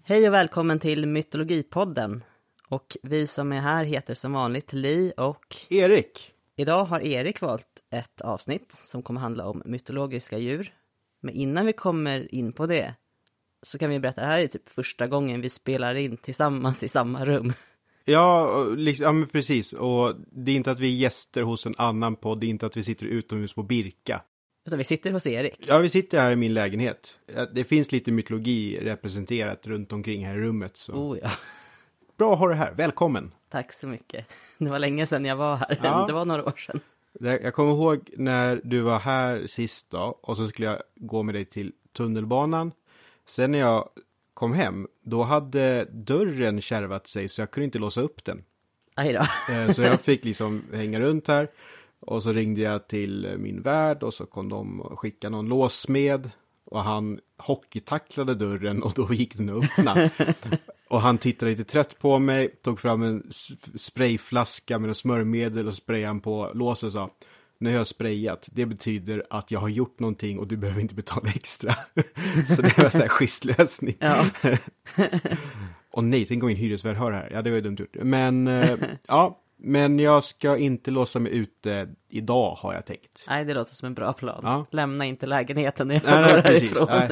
Hej och välkommen till Mytologipodden. Och vi som är här heter som vanligt Li och Erik. Idag har Erik valt ett avsnitt som kommer handla om mytologiska djur. Men innan vi kommer in på det så kan vi berätta, det här är typ första gången vi spelar in tillsammans i samma rum. Ja, men precis. Och det är inte att vi är gäster hos en annan podd, det är inte att vi sitter utomhus på Birka. Utan vi sitter hos Erik. Ja, vi sitter här i min lägenhet. Det finns lite mytologi representerat runt omkring här i rummet. Så. Oh ja. Bra att ha det här, välkommen. Tack så mycket. Det var länge sedan jag var här, Ja. Det var några år sedan. Jag kommer ihåg när du var här sist då, och så skulle jag gå med dig till tunnelbanan. Sen när jag kom hem, då hade dörren kärvat sig så jag kunde inte låsa upp den. Aj då. Så jag fick liksom hänga runt här. Och så ringde jag till min värd och så kom de och skickade någon låsmed. Och han hockeytacklade dörren och då gick den att öppna. Och han tittade lite trött på mig, tog fram en sprayflaska med en smörjmedel och sprayade han på låset och sa: nu har jag sprayat, det betyder att jag har gjort någonting och du behöver inte betala extra. Så det var så här schysst lösning. Ja. Och nej, tänk om min hyresvärd hör här. Ja, det var ju dumt gjort. Men ja, men jag ska inte låsa mig ute idag, har jag tänkt. Nej, det låter som en bra plan. Ja. Lämna inte lägenheten när jag Nej, går precis. härifrån. Nej.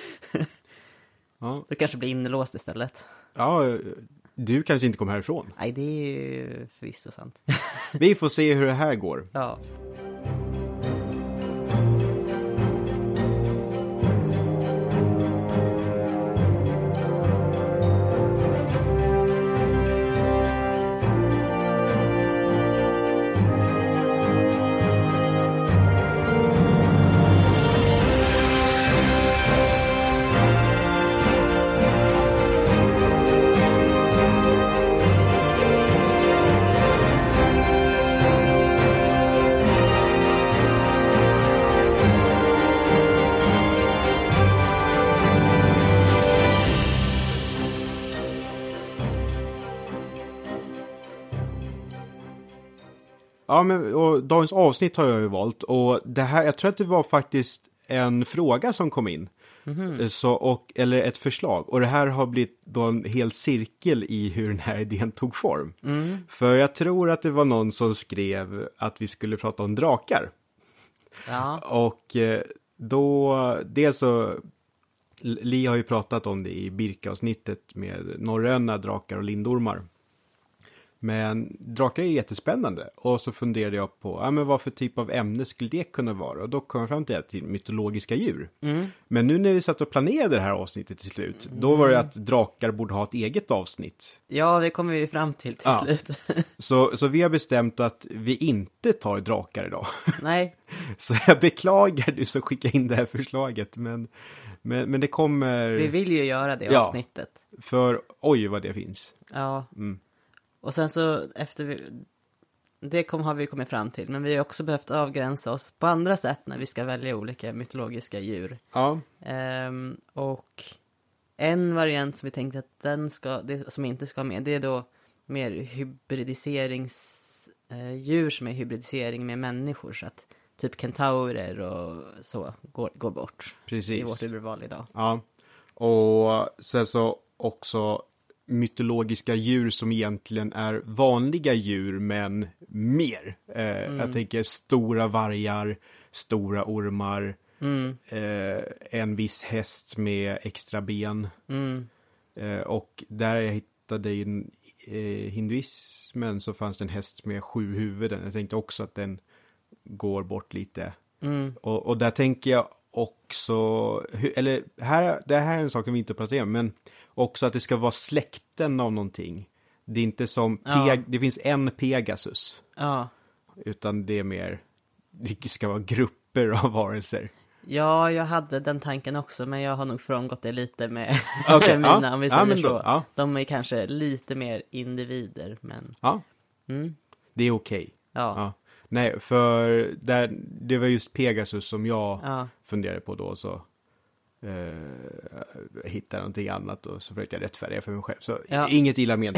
Ja. Du kanske blir inlåst istället. Ja, du kanske inte kommer härifrån. Nej, det är ju förvisso sant. Vi får se hur det här går. Ja. Ja, men och dagens avsnitt har jag ju valt. Och det här, jag tror att det var faktiskt en fråga som kom in. Så, eller ett förslag. Och det här har blivit då en hel cirkel i hur den här idén tog form. För jag tror att det var någon som skrev att vi skulle prata om drakar. Ja. Och då, dels så, Li har ju pratat om det i Birka-avsnittet med norröna drakar och lindormar. Men drakar är jättespännande. Och så funderade jag på, men vad för typ av ämne skulle det kunna vara? Och då kom jag fram till mytologiska djur. Men nu när vi satt och planerade det här avsnittet till slut, då var det att drakar borde ha ett eget avsnitt. Ja, det kommer vi fram till slut. Så vi har bestämt att vi inte tar drakar idag. Nej. Så jag beklagar du som skickade in det här förslaget. Men det kommer... Vi vill ju göra det avsnittet. För oj vad det finns. Ja. Och sen så efter det har vi kommit fram till. Men vi har också behövt avgränsa oss på andra sätt när vi ska välja olika mytologiska djur. Ja. Och en variant som vi tänkte att det som inte ska med, det är då mer hybridiseringsdjur som är hybridisering med människor. Så att typ kentaurer och så går bort. Precis. I vårt urval idag. Ja. Och sen så också mytologiska djur som egentligen är vanliga djur men mer. Jag tänker stora vargar, stora ormar, en viss häst med extra ben. Och där jag hittade i hinduismen så fanns det en häst med 7 huvuden. Jag tänkte också att den går bort lite. Och där tänker jag också, eller det här är en sak som vi inte pratar om, men också att det ska vara släkten av någonting. Det är inte som, det finns en Pegasus. Ja. Utan det är mer, det ska vara grupper av varelser. Ja, jag hade den tanken också, men jag har nog frångått det lite med Okay, mina, om vi säger så. Ja. De är kanske lite mer individer, men... Ja, det är okej. Ja. Nej, för det var just Pegasus som jag funderade på då, så hittade någonting annat och så försökte jag rättfärdiga för mig själv. Så inget illa ment.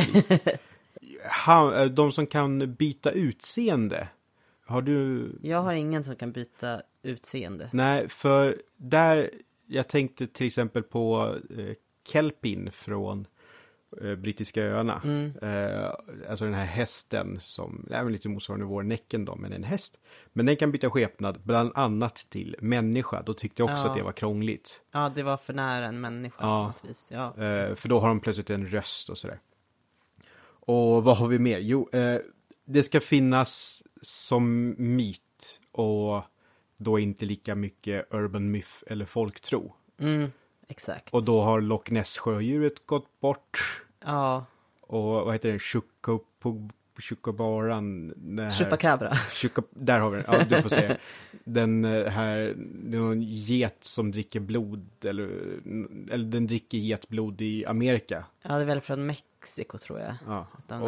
De som kan byta utseende, har du... Jag har ingen som kan byta utseende. Nej, för där, jag tänkte till exempel på kelpin från brittiska öarna. Alltså den här hästen som är lite motsvarande vår Näcken då, men en häst. Men den kan byta skepnad bland annat till människa. Då tyckte jag också att det var krångligt. Ja, det var för nära en människa på något vis. Ja, för då har de plötsligt en röst och sådär. Och vad har vi mer? Jo, det ska finnas som myt och då inte lika mycket urban myth eller folktro. Exakt. Och då har Loch Ness sjödjuret gått bort. Ja. Och vad heter den? Chukabaran. Chupacabra. Där har vi den. Ja, du får säga. Den här, det är någon get som dricker blod. Eller den dricker getblod i Amerika. Ja, det är väl från Mexiko tror jag. Ja,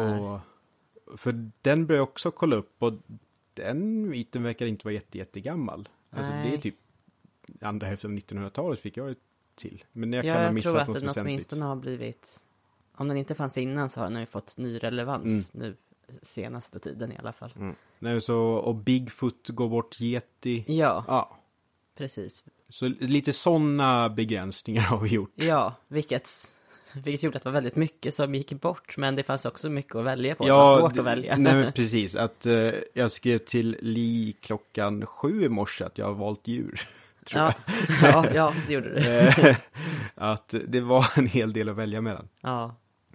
för den började jag också kolla upp. Och den myten verkar inte vara jättegammal. Alltså det är typ andra hälften av 1900-talet fick jag det till. Men jag kan ha missat något väsentligt. Jag tror att den åtminstone har blivit, om den inte fanns innan så har den ju fått ny relevans nu senaste tiden i alla fall. Nej, så, och Bigfoot går bort Yeti. Ja, precis. Så lite sådana begränsningar har vi gjort. Ja, vilket gjorde att det var väldigt mycket som gick bort. Men det fanns också mycket att välja på. Det var svårt att välja. Nej, precis. Att jag skrev till Li 7:00 i morse att jag har valt djur. Ja, det gjorde du. Att det var en hel del att välja mellan. Ja.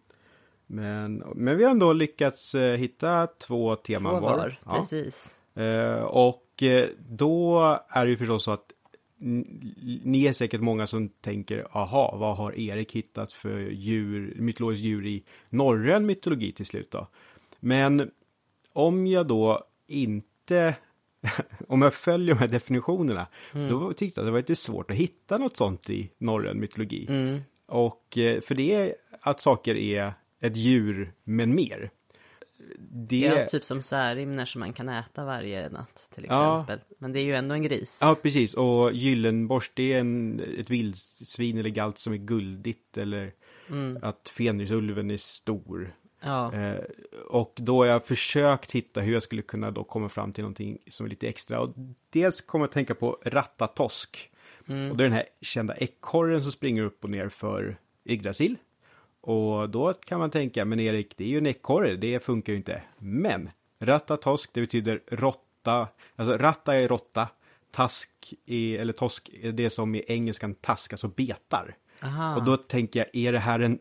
Men vi har ändå lyckats hitta 2 teman var. Ja. Precis. Och då är det ju förstås så att ni är säkert många som tänker, aha, vad har Erik hittat för mytologiskt djur i norrön mytologi till slut då? Men om jag då inte, om jag följer de här definitionerna, då tyckte jag att det var lite svårt att hitta något sånt i norrön mytologi. Och för det är att saker är ett djur men mer. Det är typ som särimner som man kan äta varje natt till exempel. Men det är ju ändå en gris. Ja, precis. Och gyllenborst, det är ett vildsvin eller galt som är guldigt. Eller att fenrisulven är stor. Ja. Och då har jag försökt hitta hur jag skulle kunna då komma fram till någonting som är lite extra. Och dels kommer jag att tänka på Ratatosk. Och det är den här kända ekorren som springer upp och ner för Yggdrasil. Och då kan man tänka, men Erik, det är ju en ekorre, det funkar ju inte. Men Ratatosk, det betyder råtta, alltså ratta är råtta, task är, eller tosk är det som i engelskan task, alltså betar. Aha. Och då tänker jag, är det här en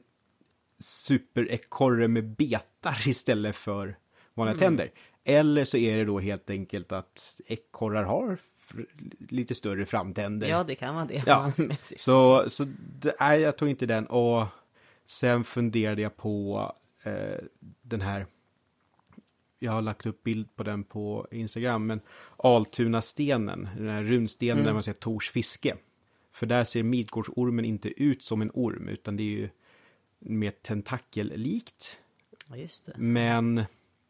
superekorre med betar istället för vanliga tänder? Eller så är det då helt enkelt att ekorrar har lite större framtänder. Ja, det kan vara det. Ja. Så jag tog inte den. Och sen funderade jag på den här, jag har lagt upp bild på den på Instagram, men Altunastenen, den här runstenen där man ser Tors fiske. För där ser Midgårdsormen inte ut som en orm, utan det är ju mer tentakellikt. Ja, just det. Men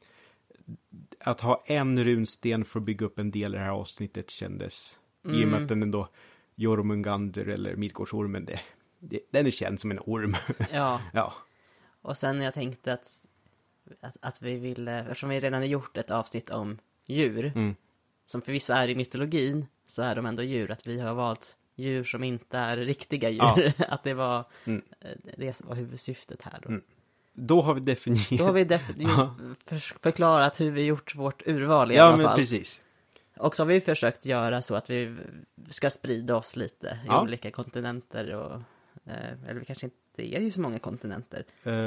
att ha en runsten för att bygga upp en del i det här avsnittet kändes, i och med att den ändå Jormungandr eller Midgårdsormen, den är känd som en orm. Ja. Ja. Och sen jag tänkte att vi ville, eftersom vi redan har gjort ett avsnitt om djur, som förvisso är i mytologin, så är de ändå djur, att vi har valt djur som inte är riktiga djur. Ja. Att det var det som var huvudsyftet här då. Då har vi definierat. Förklarat hur vi gjort vårt urval i alla fall. Ja, men precis. Och så har vi försökt göra så att vi ska sprida oss lite i olika kontinenter. Och, eller kanske inte är ju så många kontinenter.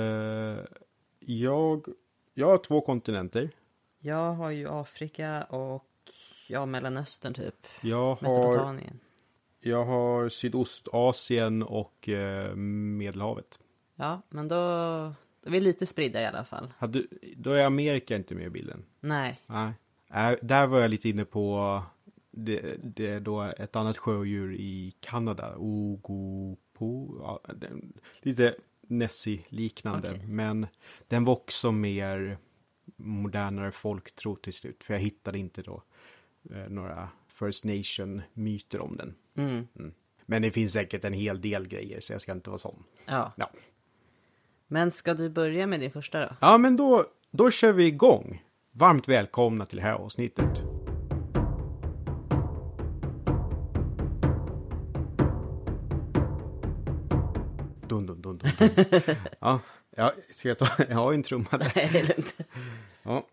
Jag har 2 kontinenter. Jag har ju Afrika och Mellanöstern typ. Mesopotamien. Jag har Sydostasien och Medelhavet. Ja, men då är vi lite spridda i alla fall. Då är Amerika inte med i bilden. Nej. Där var jag lite inne på det är då ett annat sjödjur i Kanada. Ogopo. Ja, lite Nessie-liknande. Okay. Men den var också mer modernare folktro till slut. För jag hittade inte då några First Nation-myter om den. Men det finns säkert en hel del grejer, så jag ska inte vara sån. Ja. Men ska du börja med din första då? Ja, men då kör vi igång. Varmt välkomna till det här avsnittet. Dun, dun, Ja, jag har ju en trumma där. Nej, det är lugnt. Ja.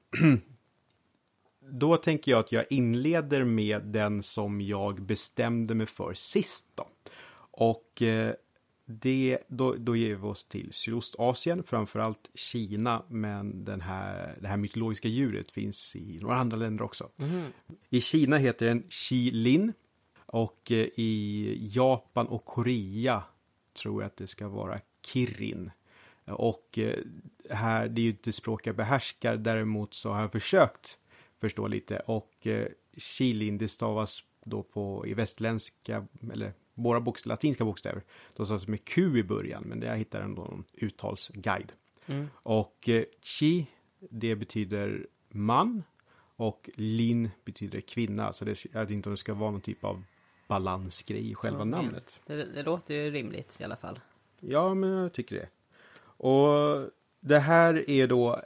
Då tänker jag att jag inleder med den som jag bestämde mig för sist då. Och då ger vi oss till Sydostasien, framförallt Kina, men det här mytologiska djuret finns i några andra länder också. I Kina heter den Qilin, och i Japan och Korea tror jag att det ska vara Kirin. Och här, det är ju inte språk jag behärskar, däremot så har jag försökt förstå lite, och Qilin, det stavas då i västländska, eller våra latinska bokstäver, då stavas med Q i början, men jag hittar ändå någon uttalsguide. Och Qi, det betyder man, och Lin betyder kvinna, så jag vet inte om det ska vara någon typ av balansgrej i själva namnet. Det låter ju rimligt i alla fall. Ja, men jag tycker det. Och det här är då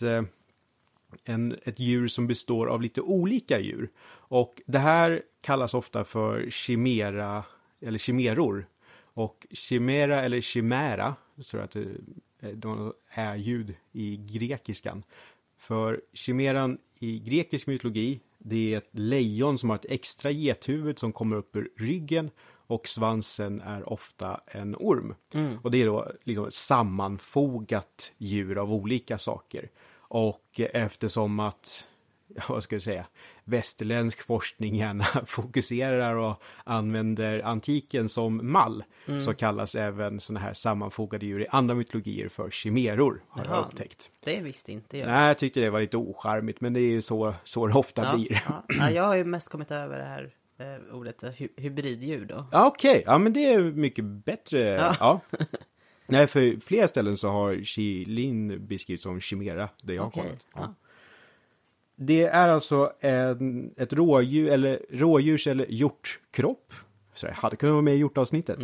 ett djur som består av lite olika djur. Och det här kallas ofta för chimera eller chimeror. Och chimera eller chimära, så tror jag att det är ljud i grekiskan. För chimeran i grekisk mytologi, det är ett lejon som har ett extra gethuvud som kommer upp ur ryggen, och svansen är ofta en orm. Och det är då liksom ett sammanfogat djur av olika saker. Och eftersom att, vad ska jag säga, västerländsk forskning gärna fokuserar och använder antiken som mall, så kallas även såna här sammanfogade djur i andra mytologier för chimeror, har jag upptäckt. Det visste inte jag. Nej, jag tyckte det var lite ocharmigt, men det är ju så det ofta blir. Ja, jag har ju mest kommit över det här ordet hybriddjur då. Ja, okej. Ja, men det är mycket bättre. Ja. Nej, för flera ställen så har Qilin beskrivits som chimera, det jag har kollat. Ja. Det är alltså ett rådjurs eller hjortkropp. Så det hade kunnat vara med i hjortavsnittet.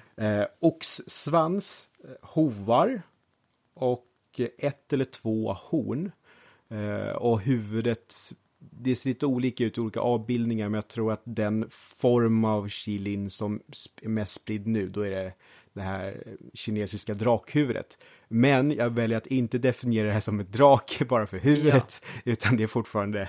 Oxsvans, hovar och 1 eller 2 horn. Och huvudet, det ser lite olika ut i olika avbildningar, men jag tror att den form av Qilin som är mest spridd nu, då är det här kinesiska drakhuvudet. Men jag väljer att inte definiera det här som ett drak bara för huvudet, utan det är fortfarande,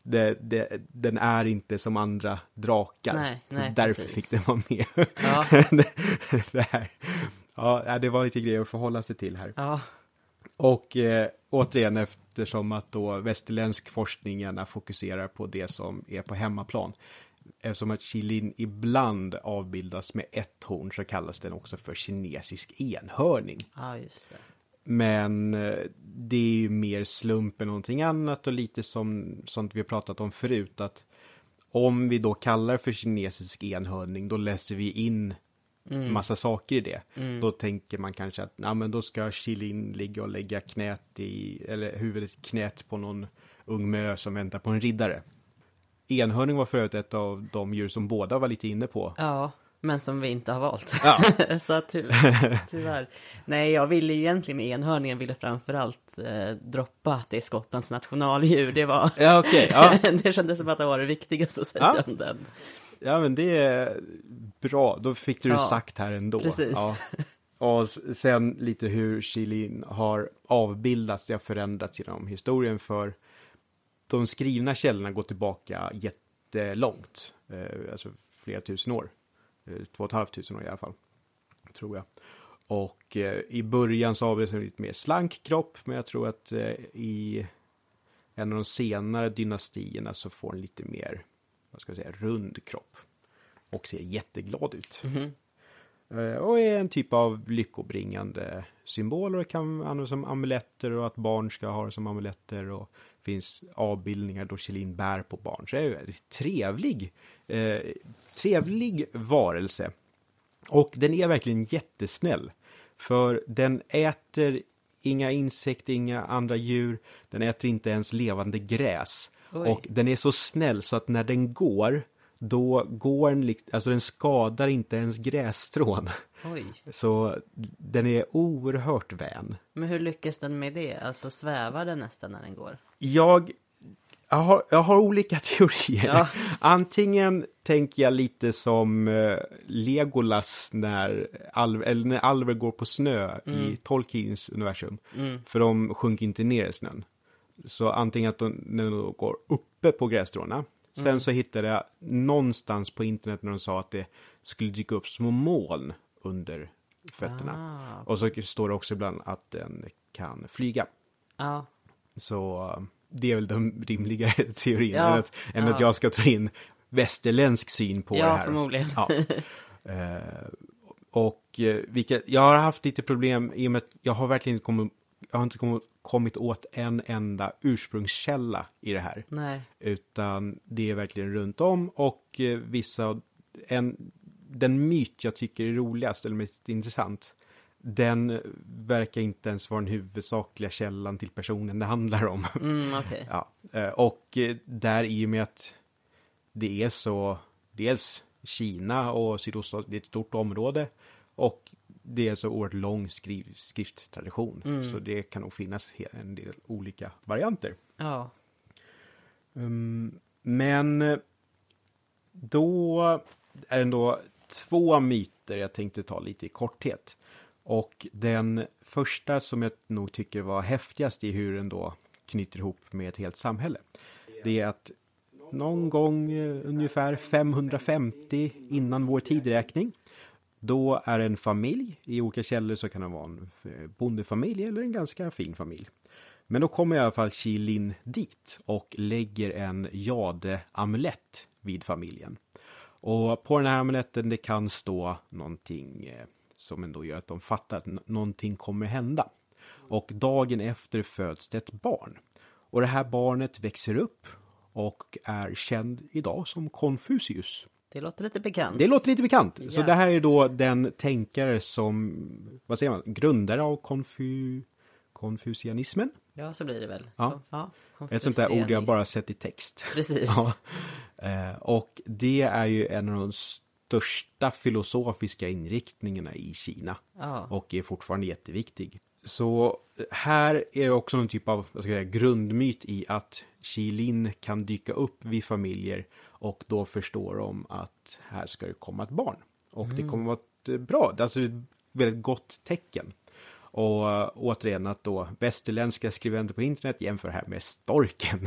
den är inte som andra drakar. Nej, därför precis. Fick den vara med. Ja. Det här. Ja, det var lite grejer att förhålla sig till här. Ja. Och återigen, eftersom att då västerländsk forskning gärna fokuserar på det som är på hemmaplan. Eftersom att Qilin ibland avbildas med ett horn, så kallas den också för kinesisk enhörning. Ja, just det. Men det är ju mer slump än någonting annat, och lite som sånt vi har pratat om förut, att om vi då kallar för kinesisk enhörning, då läser vi in massa saker i det. Då tänker man kanske att men då ska Qilin ligga och lägga huvudet i knät på någon ung mö som väntar på en riddare. Enhörning var förut ett av de djur som båda var lite inne på. Ja, men som vi inte har valt. Ja. Så tyvärr. Nej, jag ville egentligen med enhörningen ville framförallt droppa att det är Skottlands nationaldjur. Det var det kändes som att det var det viktigaste att säga om den. Ja, men det är bra. Då fick du sagt här ändå. Precis. Ja. Och sen lite hur Qilin har avbildats, det har förändrats genom historien, för de skrivna källorna går tillbaka jättelångt. Alltså flera tusen år. 2500 år i alla fall. Tror jag. Och i början så har vi en lite mer slank kropp. Men jag tror att i en av de senare dynastierna så får en lite mer, vad ska jag säga, rund kropp. Och ser jätteglad ut. Och är en typ av lyckobringande symbol, och kan användas som amuletter, och att barn ska ha det som amuletter, och finns avbildningar då Qilin bär på barn. Så det är en trevlig varelse. Och den är verkligen jättesnäll, för den äter inga insekter, inga andra djur, den äter inte ens levande gräs. Oj. Och den är så snäll så att när den går, då går den, alltså den skadar inte ens grässtrån. Oj. Så den är oerhört vän. Men hur lyckas den med det? Alltså svävar den nästan när den går? Jag har olika teorier. Ja. Antingen tänker jag lite som Legolas när alver går på snö i Tolkiens universum. För de sjunker inte ner i snön. Så antingen att när de går uppe på grässtråna. Sen så hittade jag någonstans på internet när de sa att det skulle dyka upp små moln under fötterna. Och så står det också ibland att den kan flyga. Ja. Så det är väl de rimligare teorierna än att jag ska ta in västerländsk syn på det här. Förmodligen. Ja, och jag har haft lite problem i och med att jag har verkligen inte kommit åt en enda ursprungskälla i det här. Nej. Utan det är verkligen runt om och den myt jag tycker är roligast eller mest intressant, den verkar inte ens vara den huvudsakliga källan till personen det handlar om. Okay. Ja, och där i och med att det är så, dels Kina och Sydostasien, det är ett stort område och det är så oerhört lång skrifttradition. Så det kan nog finnas en del olika varianter. Ja. Men då är det ändå 2 myter jag tänkte ta lite i korthet. Och den första som jag nog tycker var häftigast i hur den då knyter ihop med ett helt samhälle. Det är att någon gång ungefär 550 innan vår tidräkning, då är en familj, i olika källor så kan det vara en bondefamilj eller en ganska fin familj. Men då kommer i alla fall Qilin dit och lägger en jade-amulett vid familjen. Och på den här amuletten det kan stå någonting som ändå gör att de fattar att någonting kommer hända. Och dagen efter föds det ett barn. Och det här barnet växer upp och är känd idag som Konfucius. Det låter lite bekant. Det låter lite bekant. Ja. Så det här är då den tänkare som, vad säger man, grundare av konfucianismen. Ja, så blir det väl. Ja. Ett sånt där ord jag bara sett i text. Precis. Ja. Och det är ju en av de största filosofiska inriktningarna i Kina. Ja. Och är fortfarande jätteviktig. Så här är det också någon typ av grundmyt i att Qilin kan dyka upp vid familjer och då förstår de att här ska det komma ett barn. Och det kommer vara ett bra, alltså ett väldigt gott tecken. Och återigen att då västerländska skribenter på internet jämför här med storken.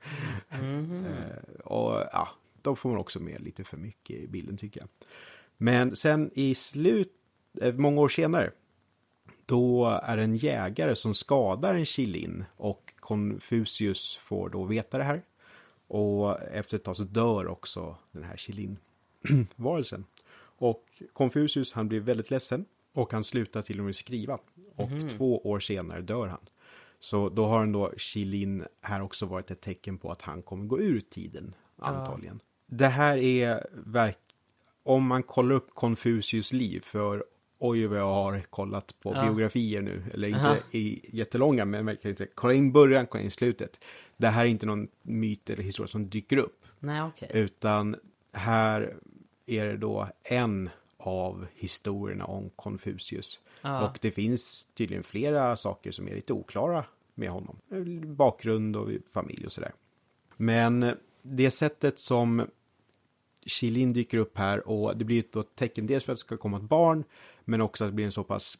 Och ja, då får man också med lite för mycket i bilden tycker jag. Men sen många år senare, då är det en jägare som skadar en Qilin och Konfucius får då veta det här. Och efter ett tag så dör också den här Qilin-varelsen. Och Konfucius han blir väldigt ledsen och han slutar till och med skriva. Och 2 år senare dör han. Så då har ändå Qilin här också varit ett tecken på att han kommer gå ur tiden antagligen. Det här är om man kollar upp Konfucius liv, för oj vad jag har kollat på biografier nu, eller inte i jättelånga, men man kan inte kolla in början, kolla in slutet. Det här är inte någon myt eller historia som dyker upp. Nej, okej. Utan här är det då en av historierna om Konfucius. Och det finns tydligen flera saker som är lite oklara med honom. Bakgrund och familj och sådär. Men det sättet som Qilin dyker upp här, och det blir ett tecken dels för att det ska komma ett barn, men också att det blir en så pass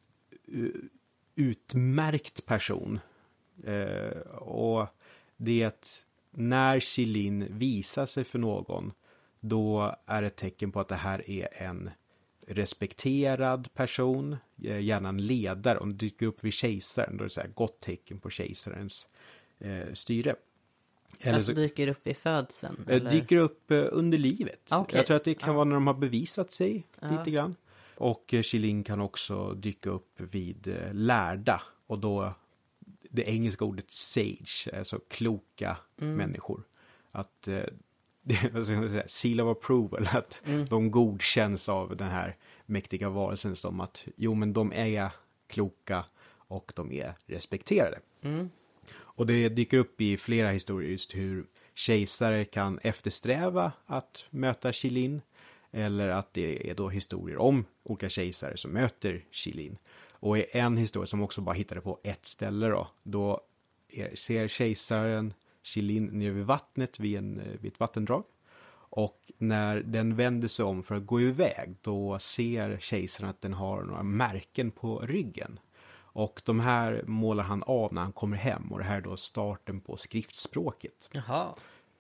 utmärkt person. Och det är att när Qilin visar sig för någon, då är det ett tecken på att det här är en respekterad person, gärna en ledare. Om det dyker upp vid kejsaren, då är det så här gott tecken på kejsarens styre. Eller alltså dyker upp vid födseln? Eller? Dyker upp under livet. Okay. Jag tror att det kan vara när de har bevisat sig lite grann. Och Qilin kan också dyka upp vid lärda. Och då det engelska ordet sage, alltså kloka människor. Att vad ska jag säga, seal of approval, att de godkänns av den här mäktiga varelsen som att jo men de är kloka och de är respekterade. Och det dyker upp i flera historier just hur kejsare kan eftersträva att möta Qilin, eller att det är då historier om olika kejsare som möter Qilin. Och i en historia som också bara hittade på ett ställe då ser kejsaren Qilin nere vid vattnet vid ett vattendrag. Och när den vänder sig om för att gå iväg, då ser kejsaren att den har några märken på ryggen. Och de här målar han av när han kommer hem. Och det här är då starten på skriftspråket. Jaha.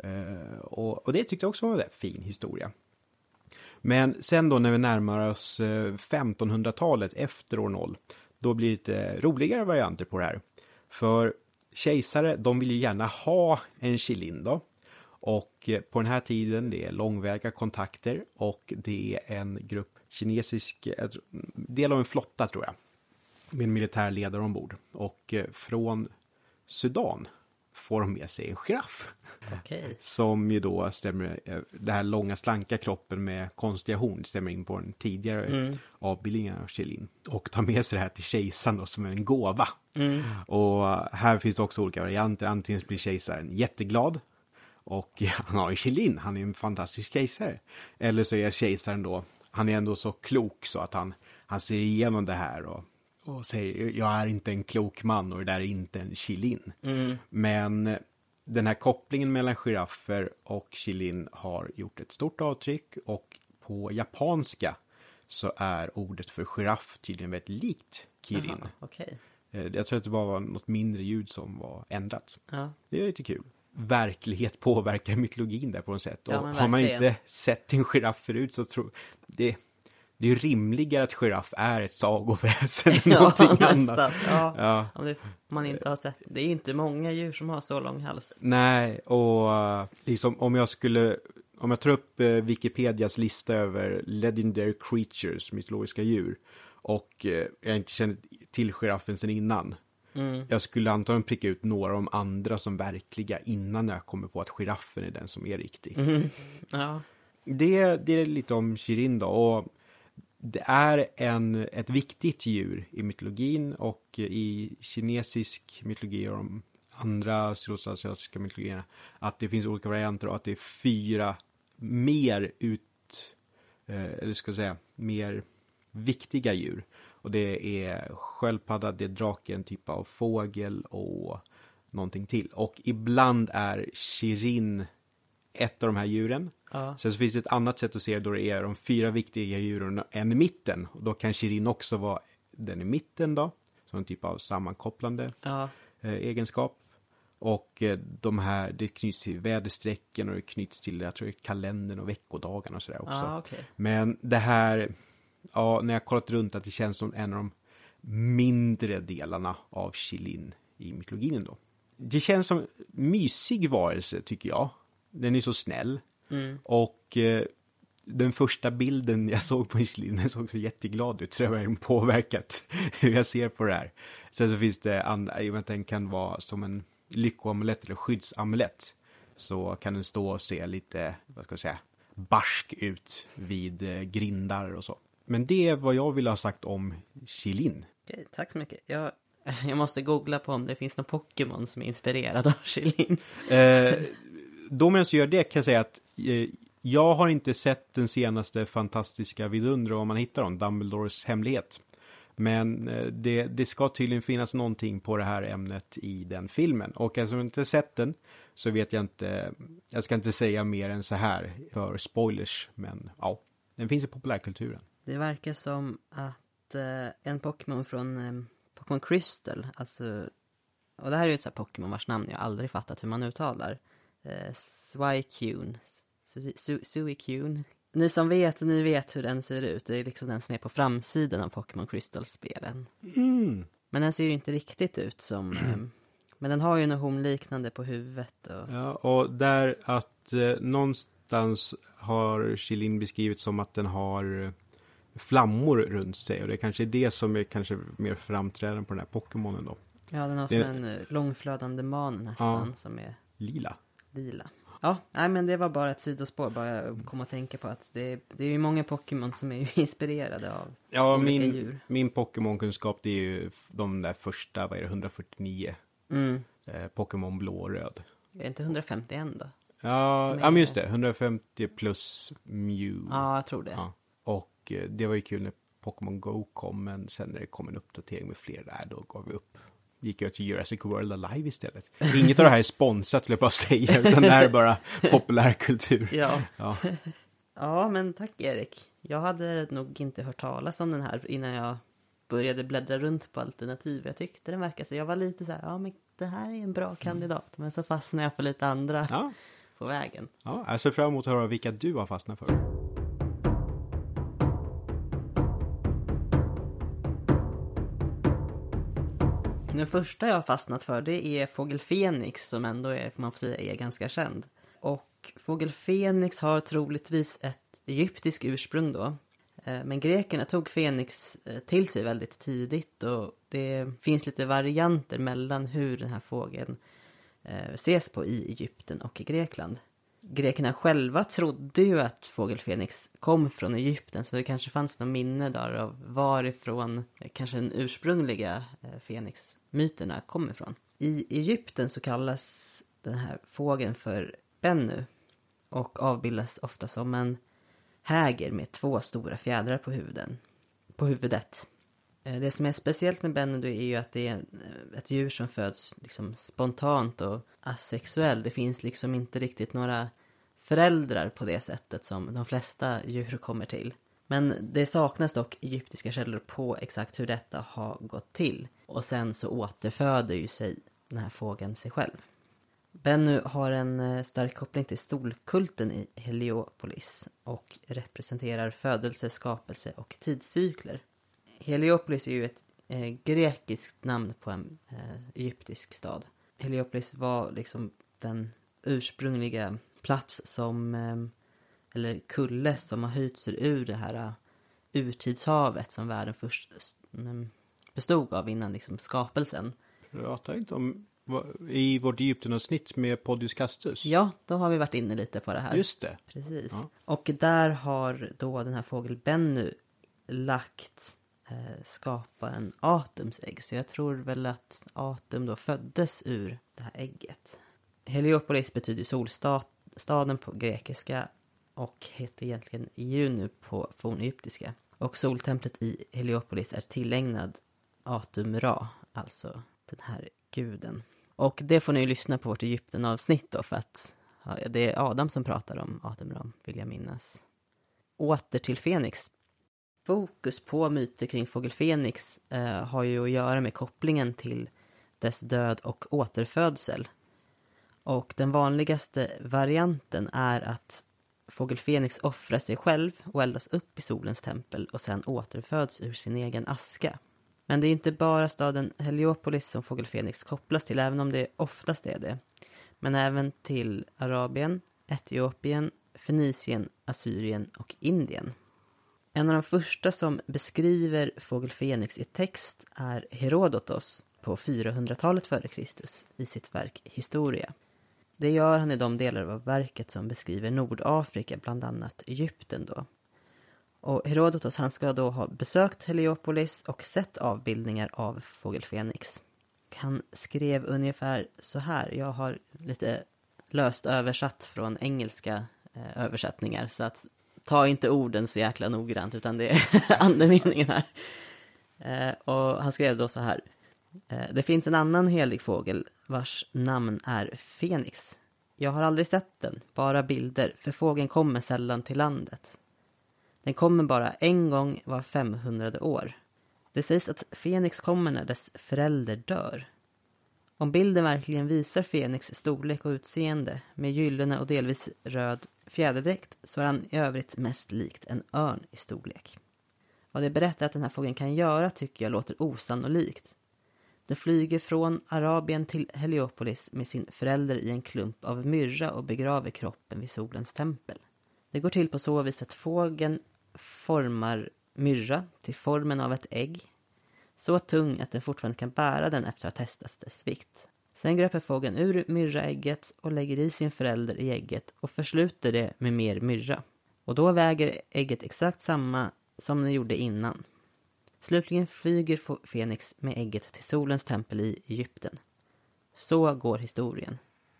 Och det tyckte jag också var en fin historia. Men sen då när vi närmar oss 1500-talet efter år 0, då blir det lite roligare varianter på det här. För kejsare, de vill ju gärna ha en Qilin då. Och på den här tiden, det är långväga kontakter och det är en grupp kinesisk, del av en flotta tror jag, med en militärledare ombord. Och från Sudan får de med sig en giraff. Okej. Som ju då stämmer, det här långa slanka kroppen med konstiga horn stämmer in på en tidigare avbildning av Qilin. Och tar med sig det här till kejsaren då, som en gåva. Och här finns också olika varianter. Antingen blir kejsaren jätteglad. Och han har ju Qilin, han är en fantastisk kejsare. Eller så är kejsaren då, han är ändå så klok så att han ser igenom det här och säger, jag är inte en klok man och det där är inte en Qilin. Men den här kopplingen mellan giraffer och Qilin har gjort ett stort avtryck, och på japanska så är ordet för giraff tydligen väldigt likt Kirin. Aha, okej. Jag tror att det bara var något mindre ljud som var ändrat. Ja. Det är lite kul. Verklighet påverkar mytologin där på något sätt. Ja, och men har man verkligen. inte sett en giraff förut så tror det är ju rimligare att giraff är ett sagoväsen än någonting annat. Ja. Om man inte har sett. Det är ju inte många djur som har så lång hals. Nej, och liksom om jag tar upp Wikipedias lista över legendary creatures, mytologiska djur, och jag inte känner till giraffen sedan innan. Jag skulle antagligen pricka ut några av de andra som verkliga innan jag kommer på att giraffen är den som är riktig. Ja. Det är lite om Qilin då, och det är ett viktigt djur i mytologin och i kinesisk mytologi och de andra sydostasiatiska mytologierna, att det finns olika varianter och att det är 4 mer viktiga djur. Och det är sköldpadda, det är drake, en typ av fågel och någonting till. Och ibland är Qilin ett av de här djuren. Ja. Sen så finns det ett annat sätt att se då det är de 4 viktiga djuren och en i mitten. Och då kan Qilin också vara den i mitten då. Som en typ av sammankopplande egenskap. Och de här, det knyts till väderstrecken och det knyts till, jag tror, kalendern och veckodagarna och sådär också. Ja, okay. Men det här, när jag kollat runt, att det känns som en av de mindre delarna av Qilin i mytologin då. Det känns som mysig varelse tycker jag. Den är så snäll. Och den första bilden jag såg på Qilin, den såg så jätteglad ut. Så det har påverkat hur jag ser på det här. Sen så finns det andra, jag vet inte, den kan vara som en lyckoamulett eller skyddsamulett. Så kan den stå och se lite, vad ska jag säga, barsk ut vid grindar och så. Men det är vad jag vill ha sagt om Qilin. Okej, tack så mycket. Jag måste googla på om det finns någon Pokémon som är inspirerad av Qilin. Då medan jag gör det kan jag säga att jag har inte sett den senaste fantastiska vidunder om man hittar dem, Dumbledores hemlighet. Men det ska tydligen finnas någonting på det här ämnet i den filmen. Och eftersom jag inte sett den så vet jag inte, jag ska inte säga mer än så här för spoilers. Men ja, den finns i populärkulturen. Det verkar som att en Pokémon från Pokémon Crystal, alltså, och det här är ju så här Pokémon vars namn jag aldrig fattat hur man uttalar. Suicune. Suicune. Ni som vet, ni vet hur den ser ut. Det är liksom den som är på framsidan av Pokémon Crystal-spelen. Men den ser ju inte riktigt ut som... men den har ju något hornliknande på huvudet. Ja, och där att någonstans har Qilin beskrivit som att den har flammor runt sig. Och det kanske är det som är kanske mer framträdande på den här Pokémonen då. Ja, den har som en långflödande man nästan, som är... Lila. Ja, nej, men det var bara ett sidospår. Bara kom att tänka på att det är ju många Pokémon som är ju inspirerade av olika djur. Min Pokémon-kunskap, det är ju de där första, 149. Pokémon blå och röd. Är det inte 151 då? Ja, men just det. 150 plus Mew. Ja, jag tror det. Ja. Och det var ju kul när Pokémon Go kom, men sen när det kom en uppdatering med fler där, då gav vi upp. gick jag till Jurassic World Alive istället. Inget av det här är sponsrat, vill jag bara säga, utan det här är bara populärkultur. Ja. Ja. Ja, men tack Erik. Jag hade nog inte hört talas om den här innan jag började bläddra runt på alternativ. Jag tyckte den verkade så. Jag var lite så här, ja men det här är en bra kandidat. Men så fastnade jag för lite andra på vägen. Ja, jag ser fram emot att höra vilka du har fastnat för. Den första jag har fastnat för, det är fågel Fenix, som ändå är, får man får säga, är ganska känd. Och fågel Fenix har troligtvis ett egyptiskt ursprung då. Men grekerna tog Fenix till sig väldigt tidigt, och det finns lite varianter mellan hur den här fågeln ses på i Egypten och i Grekland. Grekerna själva trodde ju att fågel Fenix kom från Egypten, så det kanske fanns någon minne där av varifrån kanske den ursprungliga Fenix-myterna kommer ifrån. I Egypten så kallas den här fågeln för Bennu och avbildas ofta som en häger med 2 stora fjädrar på huvudet. Det som är speciellt med Bennu är ju att det är ett djur som föds liksom spontant och asexuell. Det finns liksom inte riktigt några föräldrar på det sättet som de flesta djur kommer till. Men det saknas dock egyptiska källor på exakt hur detta har gått till. Och sen så återföder ju sig den här fågeln sig själv. Bennu har en stark koppling till solkulten i Heliopolis och representerar födelse, skapelse och tidscykler. Heliopolis är ju ett grekiskt namn på en egyptisk stad. Heliopolis var liksom den ursprungliga plats som, eller kulle som har höjts ur det här urtidshavet som världen först bestod av innan liksom skapelsen. Pratar inte om i vårt Egypten-avsnitt med Podius Castus? Ja, då har vi varit inne lite på det här. Just det. Precis. Ja. Och där har då den här fågel Bennu lagt skapa en Atumsägg. Så jag tror väl att Atum då föddes ur det här ägget. Heliopolis betyder solstaden på grekiska och heter egentligen Iunu på fornegyptiska. Och soltemplet i Heliopolis är tillägnad Atum Ra, alltså den här guden. Och det får ni ju lyssna på vårt Egypten-avsnitt då, för att det är Adam som pratar om Atum Ra, vill jag minnas. Åter till Fenix. Fokus på myter kring fågel Fenix har ju att göra med kopplingen till dess död och återfödsel. Och den vanligaste varianten är att fågel Fenix offrar sig själv och eldas upp i solens tempel och sen återföds ur sin egen aska. Men det är inte bara staden Heliopolis som fågel Fenix kopplas till, även om det oftast är det. Men även till Arabien, Etiopien, Fenicien, Assyrien och Indien. En av de första som beskriver fågel Fenix i text är Herodotos på 400-talet före Kristus i sitt verk Historia. Det gör han i de delar av verket som beskriver Nordafrika, bland annat Egypten då. Och Herodotos, han ska då ha besökt Heliopolis och sett avbildningar av fågel Fenix. Han skrev ungefär så här. Jag har lite löst översatt från engelska översättningar, så att ta inte orden så jäkla noggrant, utan det är andemeningen här. Och han skrev då så här. Det finns en annan helig fågel vars namn är Fenix. Jag har aldrig sett den, bara bilder, för fågeln kommer sällan till landet. Den kommer bara en gång var 500 år. Det sägs att Fenix kommer när dess förälder dör. Om bilden verkligen visar Fenix storlek och utseende med gyllene och delvis röd fjäderdräkt, så är han i övrigt mest likt en örn i storlek. Vad det berättar att den här fågeln kan göra tycker jag låter osannolikt. Den flyger från Arabien till Heliopolis med sin förälder i en klump av myrra och begraver kroppen vid solens tempel. Det går till på så vis att fågeln formar myrra till formen av ett ägg, så tung att den fortfarande kan bära den efter att ha testat dess vikt. Sen gröper fågeln ur myrraägget och lägger i sin förälder i ägget och försluter det med mer myrra. Och då väger ägget exakt samma som den gjorde innan. Slutligen flyger Fenix med ägget till solens tempel i Egypten. Så går historien.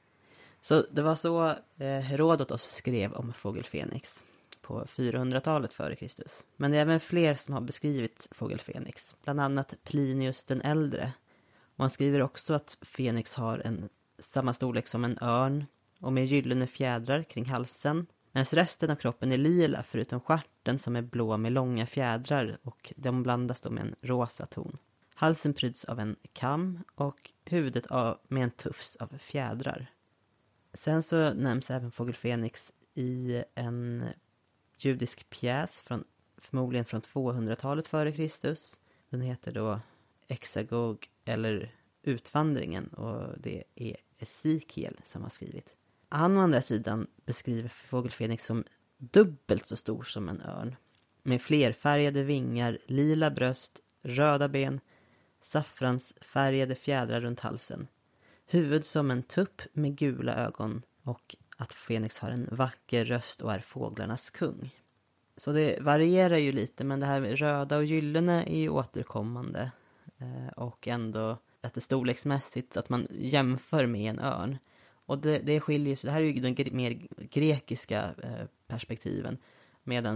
Så det var så Herodotos skrev om fågel Fenix på 400-talet före Kristus. Men det är även fler som har beskrivit fågel Fenix. Bland annat Plinius den äldre Och han skriver också att Fenix har samma storlek som en örn och med gyllene fjädrar kring halsen. Medan resten av kroppen är lila förutom stjärten som är blå med långa fjädrar och de blandas då med en rosa ton. Halsen pryds av en kam och huvudet med en tufs av fjädrar. Sen så nämns även fågel Fenix i en judisk pjäs förmodligen från 200-talet före Kristus. Den heter då Exagog eller Utvandringen och det är Ezekiel som har skrivit. Han å andra sidan beskriver fågel Fenix som dubbelt så stor som en örn. Med flerfärgade vingar, lila bröst, röda ben, saffransfärgade fjädrar runt halsen. Huvud som en tupp med gula ögon och att Fenix har en vacker röst och är fåglarnas kung. Så det varierar ju lite, men det här med röda och gyllene är ju återkommande. Och ändå att det storleksmässigt att man jämför med en örn. Och det skiljer sig, det här är ju de mer grekiska perspektiven. Medan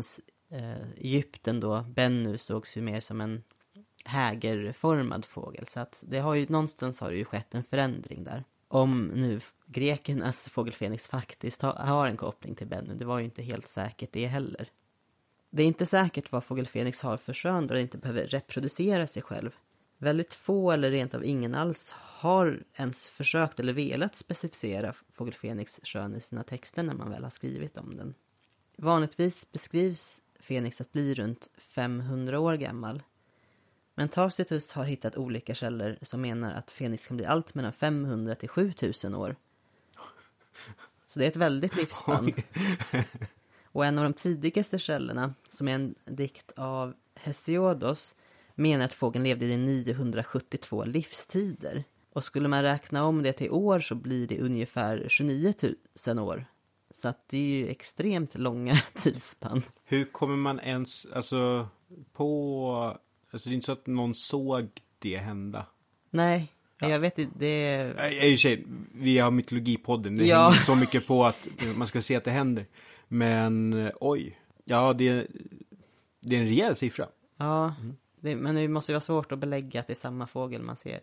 Egypten då, Bennu sågs ju mer som en hägerformad fågel. Så att någonstans har det ju skett en förändring där. Om nu grekernas fågel Fenix faktiskt har en koppling till Bennu, det var ju inte helt säkert det heller. Det är inte säkert vad fågel Fenix har för kön då det inte behöver reproducera sig själv. Väldigt få eller rent av ingen alls har ens försökt eller velat specificera fågel Fenix kön i sina texter när man väl har skrivit om den. Vanligtvis beskrivs Fenix att bli runt 500 år gammal. Men Tacitus har hittat olika källor som menar att Fenix kan bli allt mellan 500 till 7000 år. Så det är ett väldigt livsspann. Och en av de tidigaste källorna, som är en dikt av Hesiodos, menar att fågeln levde i 972 livstider. Och skulle man räkna om det till år så blir det ungefär 29 000 år. Så att det är ju extremt långa tidsspann. Hur kommer man ens, alltså det är inte så att någon såg det hända? Nej, jag vet inte, vi har mytologipodden, det hänger så mycket på att man ska se att det händer. Men oj, ja det är en rejäl siffra. Ja, men det måste ju vara svårt att belägga att det är samma fågel man ser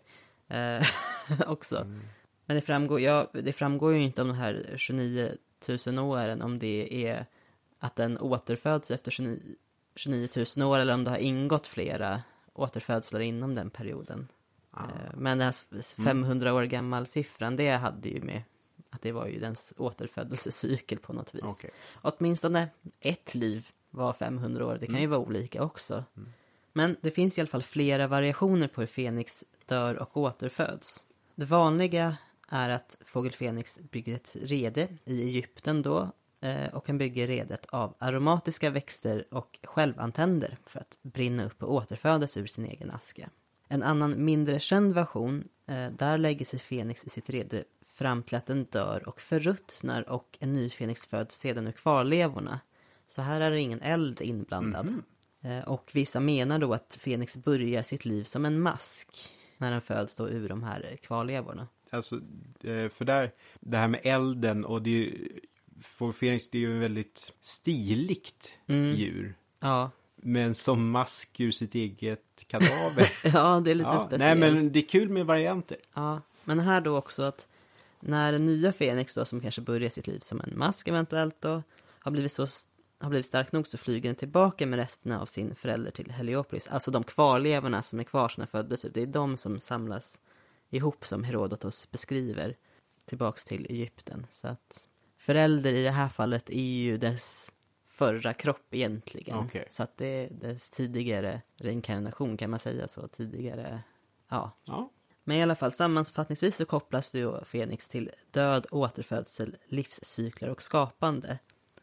också. Men det framgår ju inte om de här 29 000 åren, om det är att den återföds efter 29 000 år eller om det har ingått flera återfödslar inom den perioden. Men den här 500 år gammal siffran, det hade ju med att det var ju dens återfödelsecykel på något vis. Okay. Åtminstone ett liv var 500 år, det kan ju vara olika också. Men det finns i alla fall flera variationer på hur Fenix dör och återföds. Det vanliga är att fågel Fenix bygger ett rede i Egypten då, och kan bygga redet av aromatiska växter och självantänder för att brinna upp och återfödas ur sin egen aska. En annan mindre känd version, där lägger sig Fenix i sitt rede fram till att den dör och förruttnar och en ny Fenix föds sedan ur kvarlevorna. Så här är det ingen eld inblandad. Och vissa menar då att Fenix börjar sitt liv som en mask när den föds då ur de här kvarlevorna. Alltså, för det här med elden och för Fenix, det är ju en väldigt stiligt djur. Ja. Men som mask ur sitt eget kadaver. Ja, det är lite speciellt. Nej, men det är kul med varianter. Ja, men här då också att när den nya Fenix då, som kanske börjar sitt liv som en mask eventuellt då, har blivit stark nog, så flyger den tillbaka med resterna av sin förälder till Heliopolis. Alltså de kvarlevorna som är kvar som föddes. Det är de som samlas ihop, som Herodotos beskriver, tillbaks till Egypten. Så att förälder i det här fallet är ju dess förra kropp egentligen. Okay. Så att det är dess tidigare reinkarnation, kan man säga så. Tidigare, ja. Men i alla fall, sammanfattningsvis så kopplas det ju Fenix till död, återfödsel, livscykler och skapande.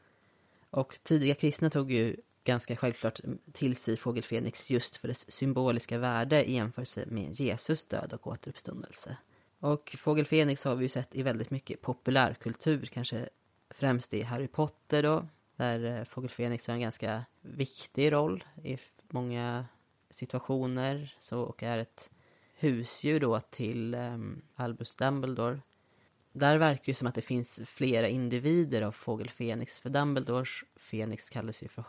Och tidiga kristna tog ju ganska självklart till sig fågel Fenix just för dess symboliska värde i jämförelse med Jesus död och återuppståndelse. Och fågel Fenix har vi ju sett i väldigt mycket populärkultur, kanske främst i Harry Potter då, där fågel Fenix har en ganska viktig roll i många situationer, och är ett husdjur då till Albus Dumbledore. Där verkar det som att det finns flera individer av fågel Fenix, för Dumbledores Fenix kallas ju för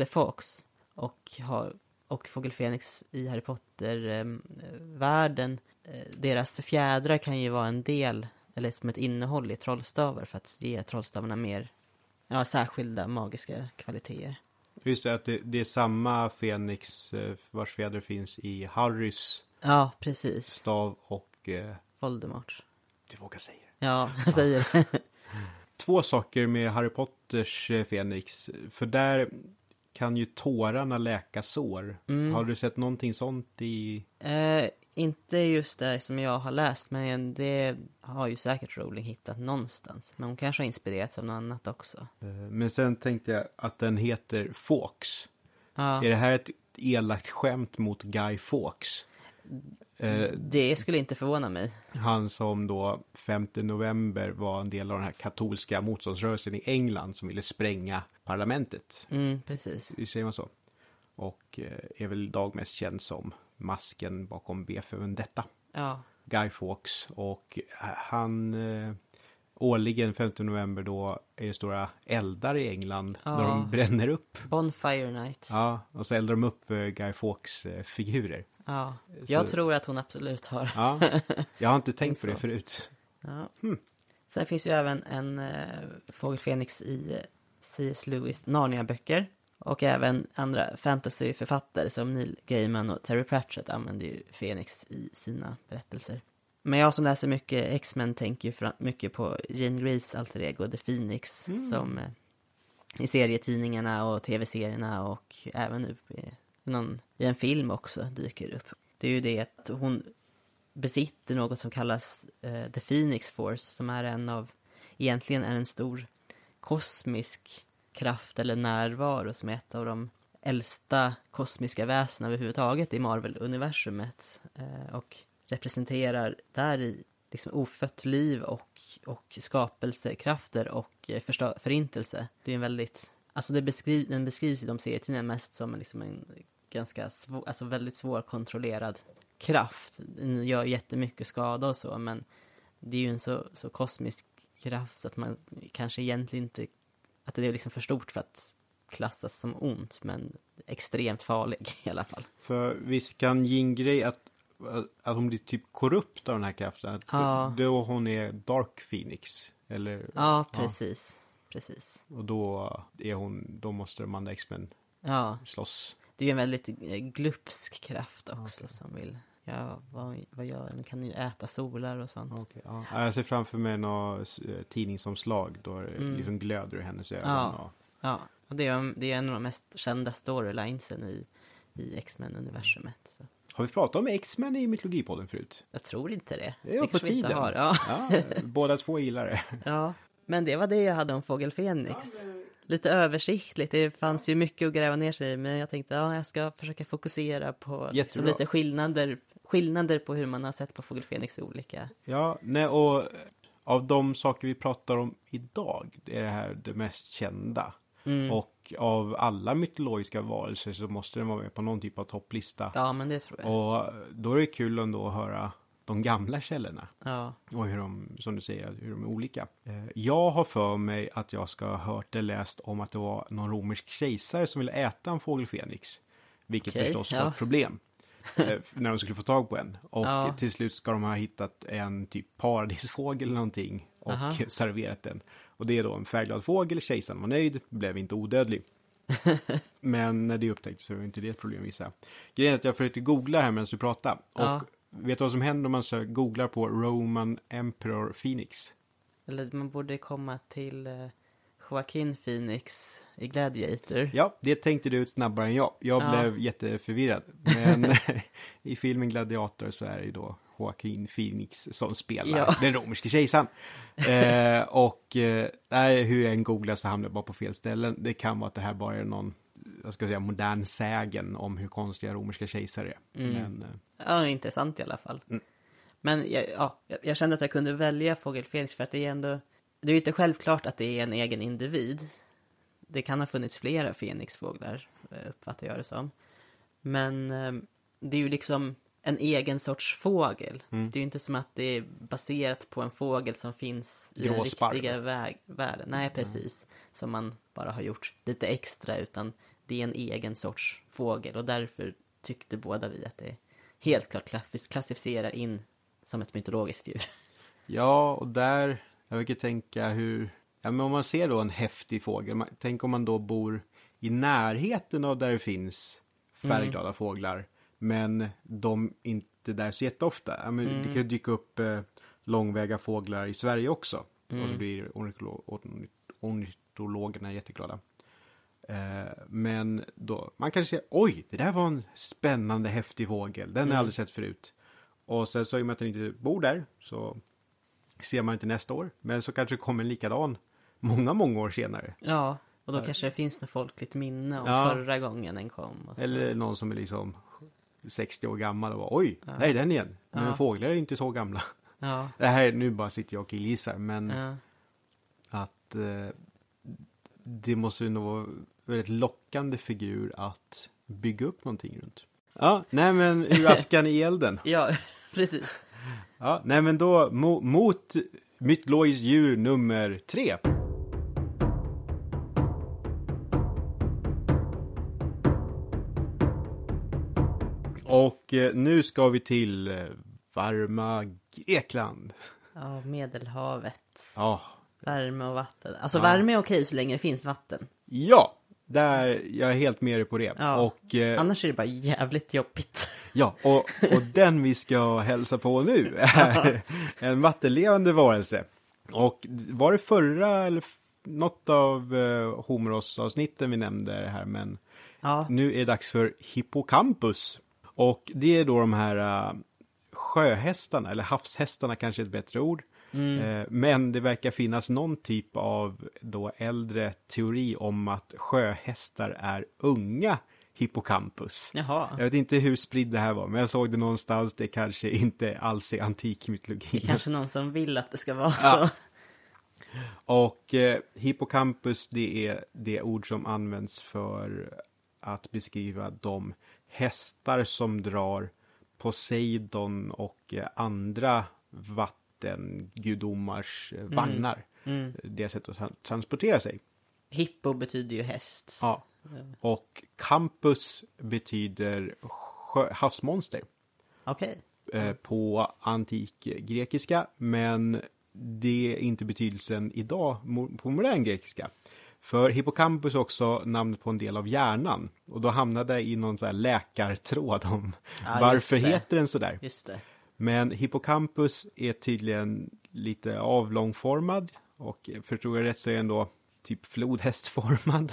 Fox, och fågel Fenix i Harry Potter-världen deras fjädrar kan ju vara en del, eller som ett innehåll i trollstavar för att ge trollstavarna mer särskilda magiska kvaliteter. Just det, att det är samma Fenix vars fjäder finns i Harrys precis. stav och Voldemort. Du vågar säga det. Ja, jag säger det. 2 saker med Harry Potters Fenix. För där kan ju tårarna läka sår. Har du sett någonting sånt i... Inte just det som jag har läst, men det har ju säkert Rowling hittat någonstans. Men hon kanske har inspirerats av något annat också. Men sen tänkte jag att den heter Fawkes. Är det här ett elakt skämt mot Guy Fawkes? Det skulle inte förvåna mig. Han som då 5 november var en del av den här katolska motståndsrörelsen i England som ville spränga parlamentet. Precis. Hur säger man så? Och är väl idag mest känd som masken bakom V för Vendetta. Ja. Guy Fawkes. Och han årligen 5 november då är det stora eldar i England. Där de bränner upp. Bonfire Nights. Ja, och så eldar de upp Guy Fawkes figurer. Ja, jag tror att hon absolut har. Ja, jag har inte tänkt på det förut. Ja. Sen finns ju även en Fågel Fenix i C.S. Lewis Narnia-böcker. Och även andra fantasyförfattare som Neil Gaiman och Terry Pratchett använder ju Fenix i sina berättelser. Men jag som läser mycket X-Men tänker ju mycket på Jean Greys alter ego The Phoenix som i serietidningarna och tv-serierna och även nu i en film också dyker upp. Det är ju det att hon besitter något som kallas The Phoenix Force, som är egentligen är en stor kosmisk kraft eller närvaro som är ett av de äldsta kosmiska väsena överhuvudtaget i Marvel-universumet och representerar där i liksom ofött liv och skapelsekrafter och förintelse. Det är en väldigt, alltså den beskrivs i de serietidningarna mest som liksom en ganska väldigt svårkontrollerad kraft. Den gör jättemycket skada och så, men det är ju en så kosmisk kraft så att man kanske egentligen inte, att det är liksom för stort för att klassas som ont, men extremt farlig i alla fall. För visst kan Jean Grey att hon blir typ korrupt av den här kraften. Då hon är Dark Phoenix. Eller, ja, precis. Och då måste de andra X-Men slåss. Det är ju en väldigt glupsk kraft också som vill... Ja, vad gör den? Kan ju äta solar och sånt. Okay, ja. Jag ser framför mig något tidningsomslag då det liksom glöder i hennes ögon. Och det är en av de mest kända storylinesen i X-Men-universumet. Så. Har vi pratat om X-Men i Mytologipodden förut? Jag tror inte det. Det är på tiden. Ja. Båda två gillar det. Ja, men det var det jag hade om Fågel Fenix. Lite översiktligt. Det fanns ju mycket att gräva ner sig i, men jag tänkte jag ska försöka fokusera på liksom lite skillnader på hur man har sett på Fågel Fenix olika. Ja, och av de saker vi pratar om idag är det här det mest kända. Och av alla mytologiska varelser så måste den vara med på någon typ av topplista. Ja, men det tror jag. Och då är det kul ändå att höra de gamla källorna. Ja. Och hur de, som du säger, hur de är olika. Jag har för mig att jag ska ha hört eller läst om att det var någon romersk kejsare som ville äta en fågel Fenix. Vilket förstås var ett problem. När de skulle få tag på en. Och till slut ska de ha hittat en typ paradisfågel eller någonting. Och serverat den. Och det är då en färgglad fågel. Kejsaren var nöjd. Blev inte odödlig. Men när det upptäcktes så var inte det ett problem, vissa. Grejen är att jag försökte googla här medan du pratade. Och vet du vad som händer om man googlar på Roman Emperor Phoenix? Eller man borde komma till Joaquin Phoenix i Gladiator. Ja, det tänkte du ut snabbare än jag. Jag blev jätteförvirrad. Men i filmen Gladiator så är det ju då Joaquin Phoenix som spelar den romerske kejsaren. Hur jag än googlar så hamnar jag bara på fel ställen. Det kan vara att det här bara är någon, jag ska säga, modern sägen om hur konstiga romerska kejsare är. Men, intressant i alla fall. Men jag kände att jag kunde välja Fågel Fenix för att det är ju inte självklart att det är en egen individ. Det kan ha funnits flera Fenixfåglar, uppfattar jag det som. Men det är ju liksom en egen sorts fågel. Det är ju inte som att det är baserat på en fågel som finns i den riktiga världen. Nej, precis. Som man bara har gjort lite extra, utan det är en egen sorts fågel. Och därför tyckte båda vi att det helt klart klassificerar in som ett mytologiskt djur. Ja, och där, jag försöker tänka hur, ja men om man ser då en häftig fågel, tänk om man då bor i närheten av där det finns färgglada fåglar, men de inte där så jätteofta. Ja, men det kan ju dyka upp långväga fåglar i Sverige också, och då blir ornitologerna jätteglada. Men då, man kanske säger, oj, det där var en spännande, häftig fågel. Den har jag aldrig sett förut. Och sen så i och med att den inte bor där så ser man inte nästa år. Men så kanske det kommer en likadan många år senare. Ja, och då kanske det finns något folkligt minne om förra gången den kom. Och så. Eller någon som är liksom 60 år gammal och bara, oj, där är den igen. Men fåglar är inte så gamla. Ja. Det här, nu bara sitter jag och killgissar, men att det måste nog vara en väldigt lockande figur att bygga upp någonting runt. Ja, nej men ur askan i elden. Ja, precis. Ja, nej men då mot mytologiskt djur nummer 3. Och nu ska vi till varma Grekland. Ja, Medelhavet. Ja. Värme och vatten. Alltså värme är okej så länge det finns vatten. Ja, där jag är helt med dig på det. Ja, och, annars är det bara jävligt jobbigt. Ja, och den vi ska hälsa på nu är en vattenlevande varelse. Och var det förra eller något av Homeros-avsnitten vi nämnde det här, men nu är det dags för hippocampus. Och det är då de här sjöhästarna, eller havshästarna kanske är ett bättre ord. Men det verkar finnas någon typ av då äldre teori om att sjöhästar är unga hippocampus. Jaha. Jag vet inte hur spridd det här var, men jag såg det någonstans. Det kanske inte alls är antik mytologi. Det är kanske någon som vill att det ska vara så. Och hippocampus, det är det ord som används för att beskriva de hästar som drar Poseidon och andra vattengudomars vagnar. Det sättet att transportera sig. Hippo betyder ju häst. Ja. Och campus betyder havsmonster. Okej. På antik grekiska, men det är inte betydelsen idag på modern grekiska. För hippocampus är också namnet på en del av hjärnan. Och då hamnade i någon sån här läkartråd om varför heter den sådär. Just det. Men hippocampus är tydligen lite avlångformad. Och förstår jag rätt så är den då typ flodhästformad.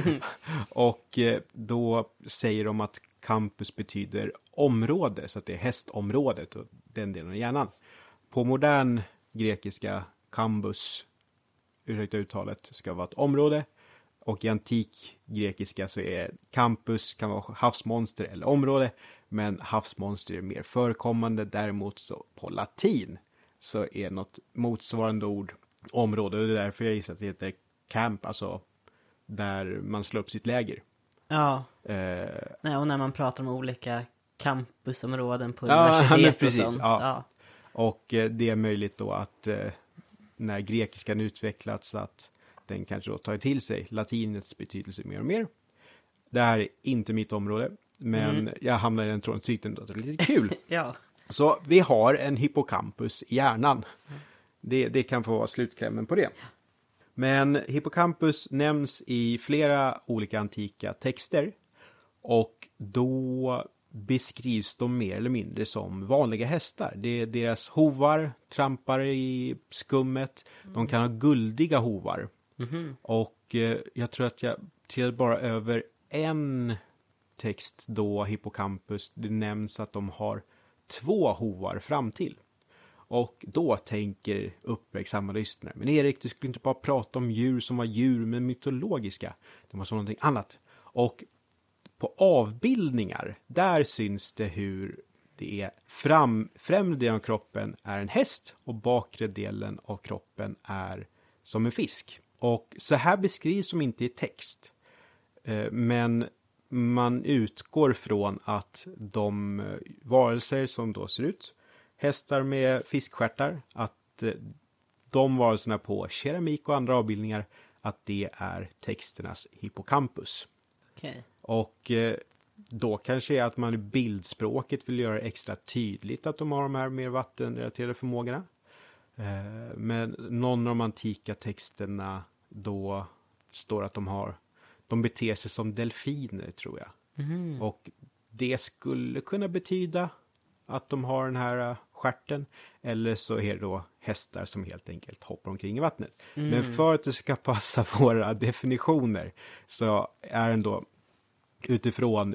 Och då säger de att campus betyder område. Så att det är hästområdet och den delen av hjärnan. På modern grekiska campus, ursäkta uttalet, ska vara ett område. Och i antik grekiska så är campus kan vara havsmonster eller område. Men havsmonster är mer förekommande. Däremot så på latin så är något motsvarande ord område. Och det är därför jag gissar att det heter camp, alltså där man slår upp sitt läger. Ja. Nej, och när man pratar om olika campusområden på universitet och sånt. Ja. Och det är möjligt då att när grekiskan utvecklats att den kanske då tar till sig latinets betydelse mer och mer. Det här är inte mitt område, men jag hamnar i den tråden cykeln då, det är lite kul. Ja. Så vi har en hippocampus i hjärnan. Det kan få vara slutklämmen på det. Men hippocampus nämns i flera olika antika texter. Och då beskrivs de mer eller mindre som vanliga hästar. Det är deras hovar, trampar i skummet. De kan ha guldiga hovar. Och jag tror att jag trillade bara över en text då hippocampus. Det nämns att de har 2 hovar fram till. Och då tänker uppmärksamma lyssnare. Men Erik, du skulle inte bara prata om djur som var djur men mytologiska. Det var så någonting annat. Och på avbildningar, där syns det hur det är främre delen av kroppen är en häst och bakre delen av kroppen är som en fisk. Och så här beskrivs de inte i text. Men man utgår från att de varelser som då ser ut, hästar med fiskstjärtar, att de varelserna på keramik och andra avbildningar, att det är texternas hippocampus. Okay. Och då kanske är att man i bildspråket vill göra extra tydligt att de har de här mer vattenrelaterade förmågorna. Men någon av de antika texterna då står att de beter sig som delfiner, tror jag. Och det skulle kunna betyda att de har den här stjärten, eller så är det då hästar som helt enkelt hoppar omkring i vattnet. Men för att det ska passa våra definitioner så är den då utifrån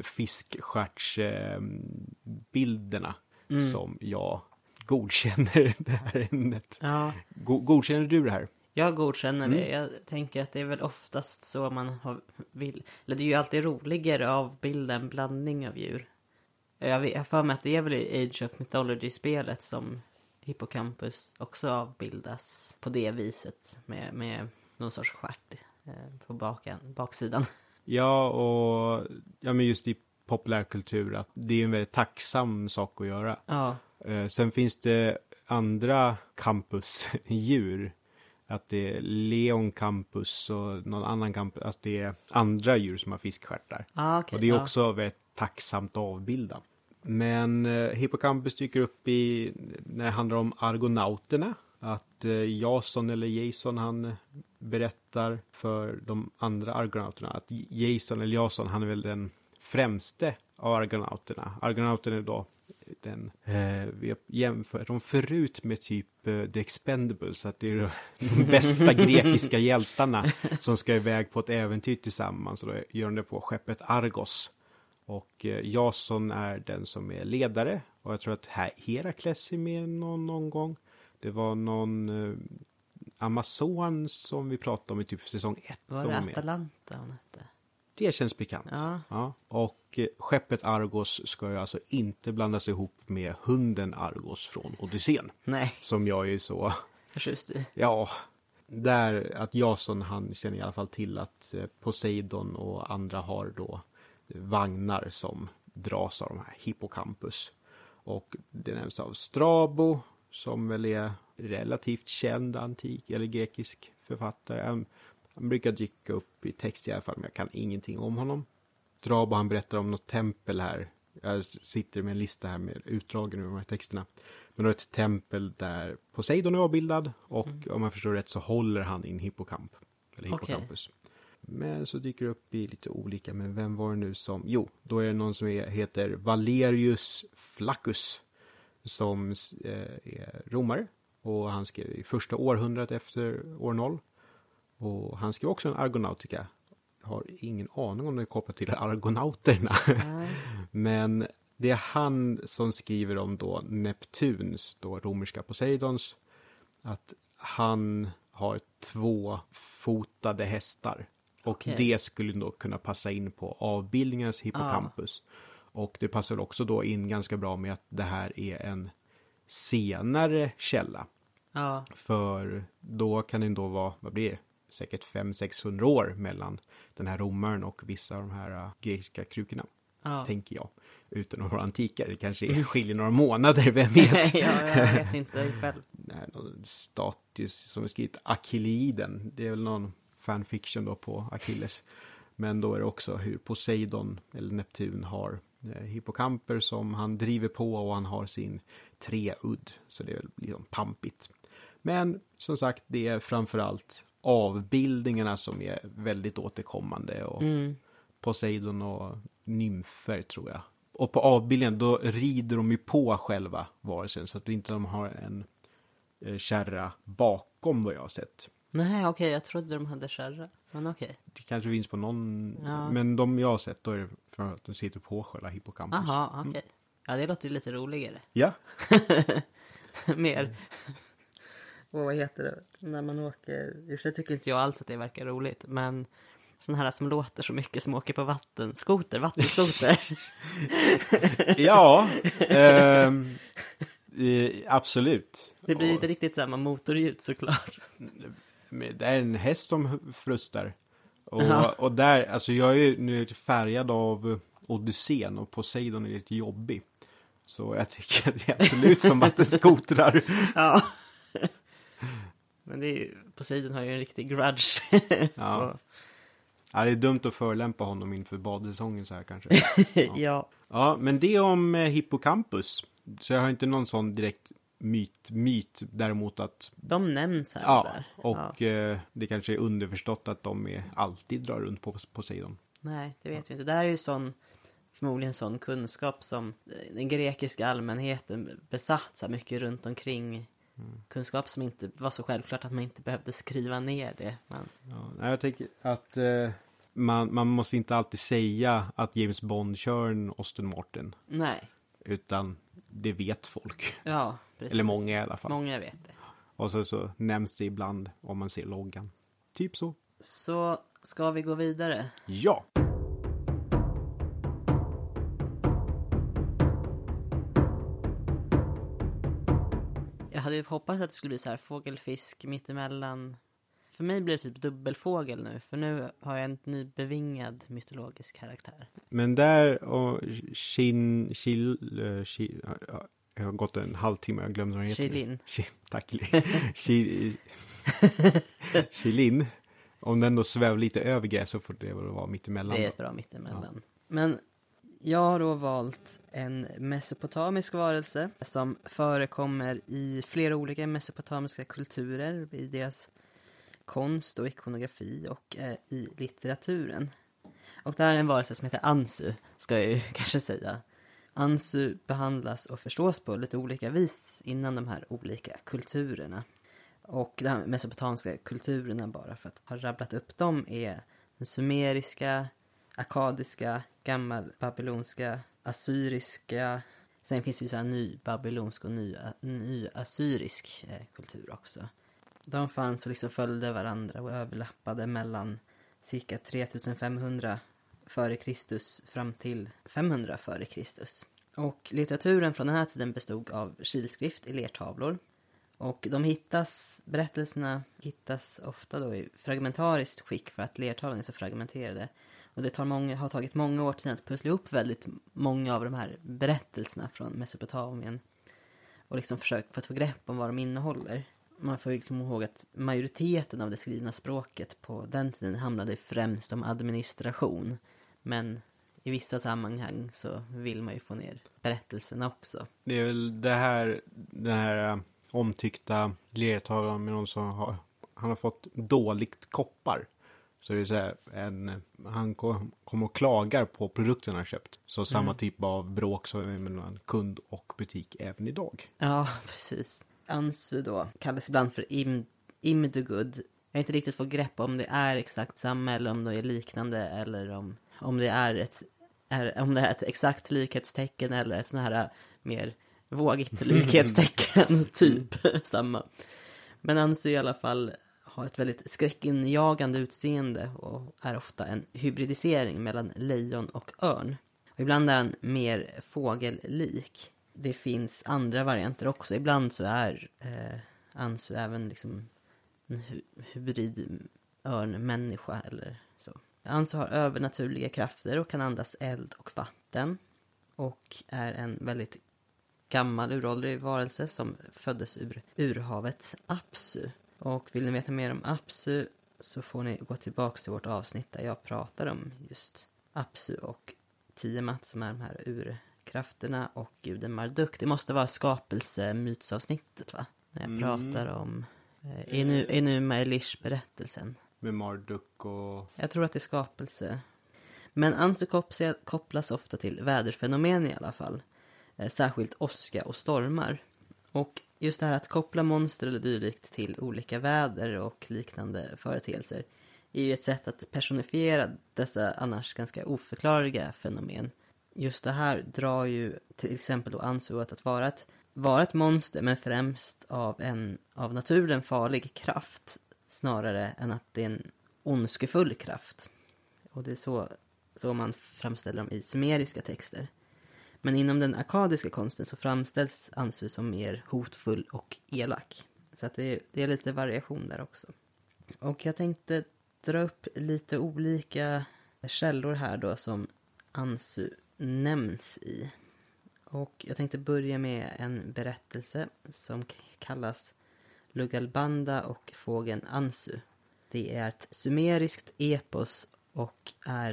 fiskstjärtsbilderna som jag godkänner det här ämnet. Ja. Godkänner du det här? Jag godkänner det. Jag tänker att det är väl oftast så man vill. Eller det är ju alltid roligare av bilden en blandning av djur. Jag för mig att det är väl i Age of Mythology-spelet som Hippocampus också avbildas på det viset med någon sorts stjärt på baksidan. Ja, och men just i populärkultur att det är en väldigt tacksam sak att göra. Ja. Sen finns det andra campusdjur. Att det är Leon Campus och någon annan campus. Att det är andra djur som har fiskstjärtar. Okay, och det är också väldigt tacksamt att avbilda. Men Hippocampus dyker upp när det handlar om argonauterna. Att Jason eller Jason, han berättar för de andra argonauterna att Jason eller Jason, han är väl den främste av argonauterna. Argonauten är då vi har jämfört dem förut med typ The Expendables, att det är de bästa grekiska hjältarna som ska iväg på ett äventyr tillsammans, och då gör de det på skeppet Argos. Och Jason är den som är ledare, och jag tror att Herakles är med någon gång. Det var någon Amazon som vi pratade om i typ säsong 1. Var det Atalanta hon hette? Det känns bekant. Ja. Och skeppet Argos ska ju alltså inte blandas ihop med hunden Argos från Odysseen. Nej. Som jag är så förtjust i. Ja, där att Jason, han känner i alla fall till att Poseidon och andra har då vagnar som dras av de här Hippocampus. Och det nämns av Strabo, som väl är relativt känd antik eller grekisk författare. Han brukar dyka upp i text i alla fall, men jag kan ingenting om honom. Strabo, han berättar om något tempel här. Jag sitter med en lista här med utdragen ur de här texterna. Men det är ett tempel där Poseidon är avbildad, och om man förstår rätt så håller han i en hippocamp. Eller hippocampus. Okay. Men så dyker det upp i lite olika, men vem var det nu som... Jo, då är det någon som heter Valerius Flaccus, som är romare. Och han skrev i första århundradet efter år 0. Och han skrev också en Argonautica. Jag har ingen aning om det är kopplat till Argonauterna. Men det är han som skriver om då Neptuns, då romerska Poseidons, att han har 2-fotade hästar. Och det skulle då kunna passa in på avbildningens hippocampus. Och det passar också då in ganska bra med att det här är en senare källa. För då kan det då vara, vad blir det? Säkert 500-600 år mellan den här romaren och vissa av de här grekiska krukorna. Tänker jag. Utan att vara antikare. Det kanske skiljer några månader, vem vet? Jag vet inte själv. Nej, någon status som är skrivit Achilleiden. Det är väl någon fanfiction då på Achilles. Men då är det också hur Poseidon eller Neptun har hippocamper som han driver på, och han har sin 3-udd. Så det är väl liksom pampigt. Men som sagt, det är framförallt avbildningarna som är väldigt återkommande. Och Poseidon och nymfer, tror jag. Och på avbildningen då rider de ju på själva varelsen, så att inte de har en kärra bakom, vad jag har sett. Nej, okej, jag trodde de hade kärra. Men okej. Det kanske finns på någon, men de jag har sett, då är det för att de sitter på själva hippocampus. Jaha, okej. Ja, det låter ju lite roligare. Ja. Mer. Och vad heter det? När man åker... Just det tycker inte jag alls att det verkar roligt. Men sådana här som låter så mycket som åker på vattenskoter. Ja. Absolut. Det blir inte riktigt samma motorljud såklart. Det är en häst som frustar. Och där, alltså jag är ju nu färgad av Odysseen, och Poseidon är lite jobbig. Så jag tycker att det är absolut som vattenskotrar. Ja. Men det är ju, Poseidon har ju en riktig grudge. Ja. Ja, det är dumt att förelämpa honom inför badsäsongen så här kanske. Ja. Ja, men det om hippocampus. Så jag har inte någon sån direkt myt däremot att... De nämns här Ja, och där. och det kanske är underförstått att de alltid drar runt på Poseidon. Nej, det vet vi inte. Det här är ju förmodligen sån kunskap som den grekiska allmänheten besatt så mycket runt omkring. Kunskap som inte var så självklart att man inte behövde skriva ner det. Ja, jag tänker att man måste inte alltid säga att James Bond kör en Aston Martin. Nej. Utan det vet folk. Ja, precis. Eller många i alla fall. Många vet det. Och så nämns det ibland om man ser loggan. Typ så. Så ska vi gå vidare? Ja! Jag hade ju hoppats att det skulle bli så här fågelfisk mittemellan. För mig blir det typ dubbelfågel nu. För nu har jag en ny bevingad mytologisk karaktär. Men där och jag har gått en halvtimme, jag glömde vad den heter. Shilin. Tack. Shilin. Om den då svävar lite över gräs så får det väl vara mittemellan. Det är ett bra mittemellan. Ja. Men jag har då valt en mesopotamisk varelse som förekommer i flera olika mesopotamiska kulturer, i deras konst och ikonografi och i litteraturen. Och det här är en varelse som heter Ansu, ska jag ju kanske säga. Ansu behandlas och förstås på lite olika vis inom de här olika kulturerna. Och de här mesopotamiska kulturerna, bara för att ha rabblat upp dem, är den sumeriska, akkadiska, gammalbabylonska, assyriska. Sen finns det ju så här ny babylonsk och ny assyrisk kultur också. De fanns och liksom följde varandra och överlappade mellan cirka 3500 före Kristus fram till 500 före Kristus. Och litteraturen från den här tiden bestod av kilskrift i lertavlor. Och berättelserna hittas ofta då i fragmentariskt skick för att lertavlan är så fragmenterade. Och det har tagit många år till att pussla upp väldigt många av de här berättelserna från Mesopotamien. Och liksom försöka få grepp om vad de innehåller. Man får ju komma ihåg att majoriteten av det skrivna språket på den tiden handlade främst om administration. Men i vissa sammanhang så vill man ju få ner berättelserna också. Det är väl den här omtyckta lertavlan med någon som han har fått dåligt koppar. Så det är så här, han kommer och klagar på produkten han har köpt. Så samma typ av bråk som är mellan kund och butik även idag. Ja, precis. Ansu då kallas ibland för Imdugud. Jag har inte riktigt fått grepp om det är exakt samma eller om det är liknande eller om det är ett exakt likhetstecken eller ett sån här mer vågigt likhetstecken typ samma. Men Ansu i alla fall har ett väldigt skräckinjagande utseende och är ofta en hybridisering mellan lejon och örn. Och ibland är han mer fågellik. Det finns andra varianter också. Ibland så är Ansu även liksom en hybrid örnmänniska eller så. Ansu har övernaturliga krafter och kan andas eld och vatten. Och är en väldigt gammal uråldrig varelse som föddes ur urhavet Apsu. Och vill ni veta mer om Apsu så får ni gå tillbaka till vårt avsnitt där jag pratar om just Apsu och Tiamat som är de här urkrafterna och guden Marduk. Det måste vara skapelsemytsavsnittet va? När jag pratar om Enuma Elish-berättelsen. Med Marduk och... Jag tror att det är skapelse. Men Ansu kopplas ofta till väderfenomen i alla fall. Särskilt åska och stormar. Och just det här att koppla monster eller dylikt till olika väder och liknande företeelser är ju ett sätt att personifiera dessa annars ganska oförklarliga fenomen. Just det här drar ju till exempel då Ansu att vara ett monster men främst av en av naturen farlig kraft snarare än att det är en ondskefull kraft. Och det är så man framställer dem i sumeriska texter. Men inom den akkadiska konsten så framställs Ansu som mer hotfull och elak. Så att det är lite variation där också. Och jag tänkte dra upp lite olika källor här då som Ansu nämns i. Och jag tänkte börja med en berättelse som kallas Lugalbanda och fågeln Ansu. Det är ett sumeriskt epos och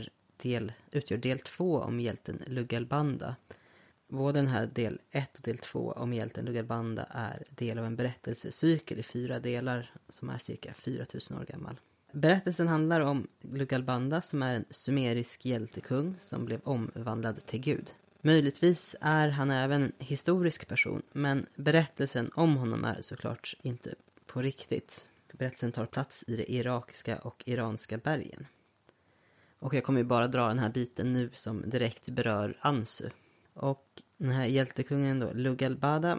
utgör del 2 om hjälten Lugalbanda. Både den här del 1 och del 2 om hjälten Lugalbanda är del av en berättelsecykel i 4 delar som är cirka 4000 år gammal. Berättelsen handlar om Lugalbanda som är en sumerisk hjältekung som blev omvandlad till gud. Möjligtvis är han även en historisk person, men berättelsen om honom är såklart inte på riktigt. Berättelsen tar plats i de irakiska och iranska bergen. Och jag kommer ju bara dra den här biten nu som direkt berör Ansu. Och den här hjältekungen då, Lugalbanda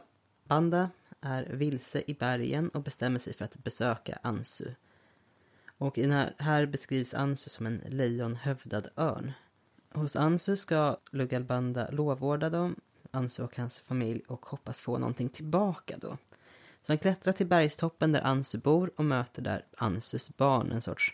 är vilse i bergen och bestämmer sig för att besöka Ansu. Och i den här beskrivs Ansu som en lejonhövdad örn. Hos Ansu ska Lugalbanda lovvårda dem, Ansu och hans familj, och hoppas få någonting tillbaka då. Så han klättrar till bergstoppen där Ansu bor och möter där Ansus barn, en sorts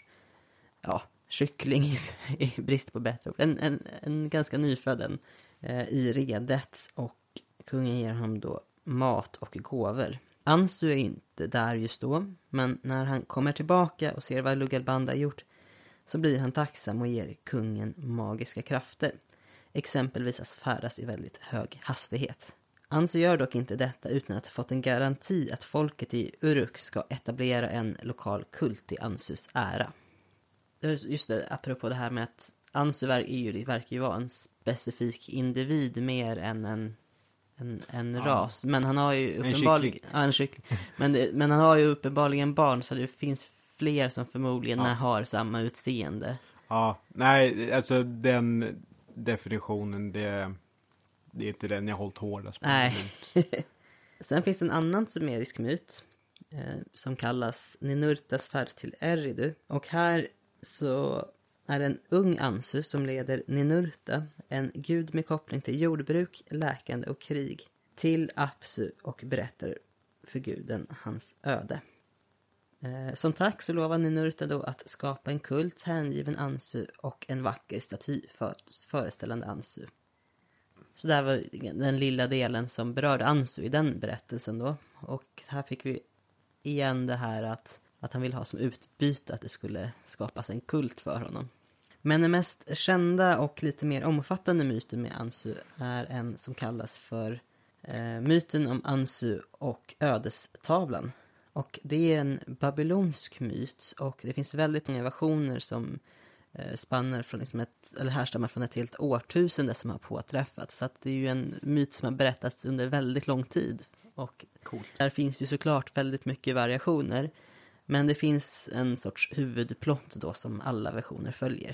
kyckling i brist på bättre ord. En ganska nyfödd i redet, och kungen ger honom då mat och gåvor. Ansu är inte där just då, men när han kommer tillbaka och ser vad Lugalbanda har gjort så blir han tacksam och ger kungen magiska krafter. Exempelvis att färdas i väldigt hög hastighet. Ansu gör dock inte detta utan att ha fått en garanti att folket i Uruk ska etablera en lokal kult i Ansus ära. Just det, apropå det här med att Ansu verkar ju vara en specifik individ mer än en ras. Men han har ju uppenbarligen en kyckling. Men han har ju uppenbarligen barn, så det finns fler som förmodligen har samma utseende. Ja, nej, alltså den definitionen, det är inte den jag hållit hårdast på. Nej. Sen finns en annan sumerisk myt som kallas Ninurtas färd till Eridu. Och här så är en ung Ansu som leder Ninurta, en gud med koppling till jordbruk, läkande och krig, till Apsu och berättar för guden hans öde. Som tack så lovar Ninurta då att skapa en kult hängiven Ansu och en vacker staty föreställande Ansu. Så där var den lilla delen som berörde Ansu i den berättelsen då. Och här fick vi igen det här att han vill ha som utbyte att det skulle skapas en kult för honom. Men den mest kända och lite mer omfattande myten med Ansu är en som kallas för myten om Ansu och ödestavlan. Och det är en babylonsk myt, och det finns väldigt många versioner som spannar från härstammar från ett helt årtusende som har påträffats. Så att det är ju en myt som har berättats under väldigt lång tid. Och där finns ju såklart väldigt mycket variationer. Men det finns en sorts huvudplott då som alla versioner följer.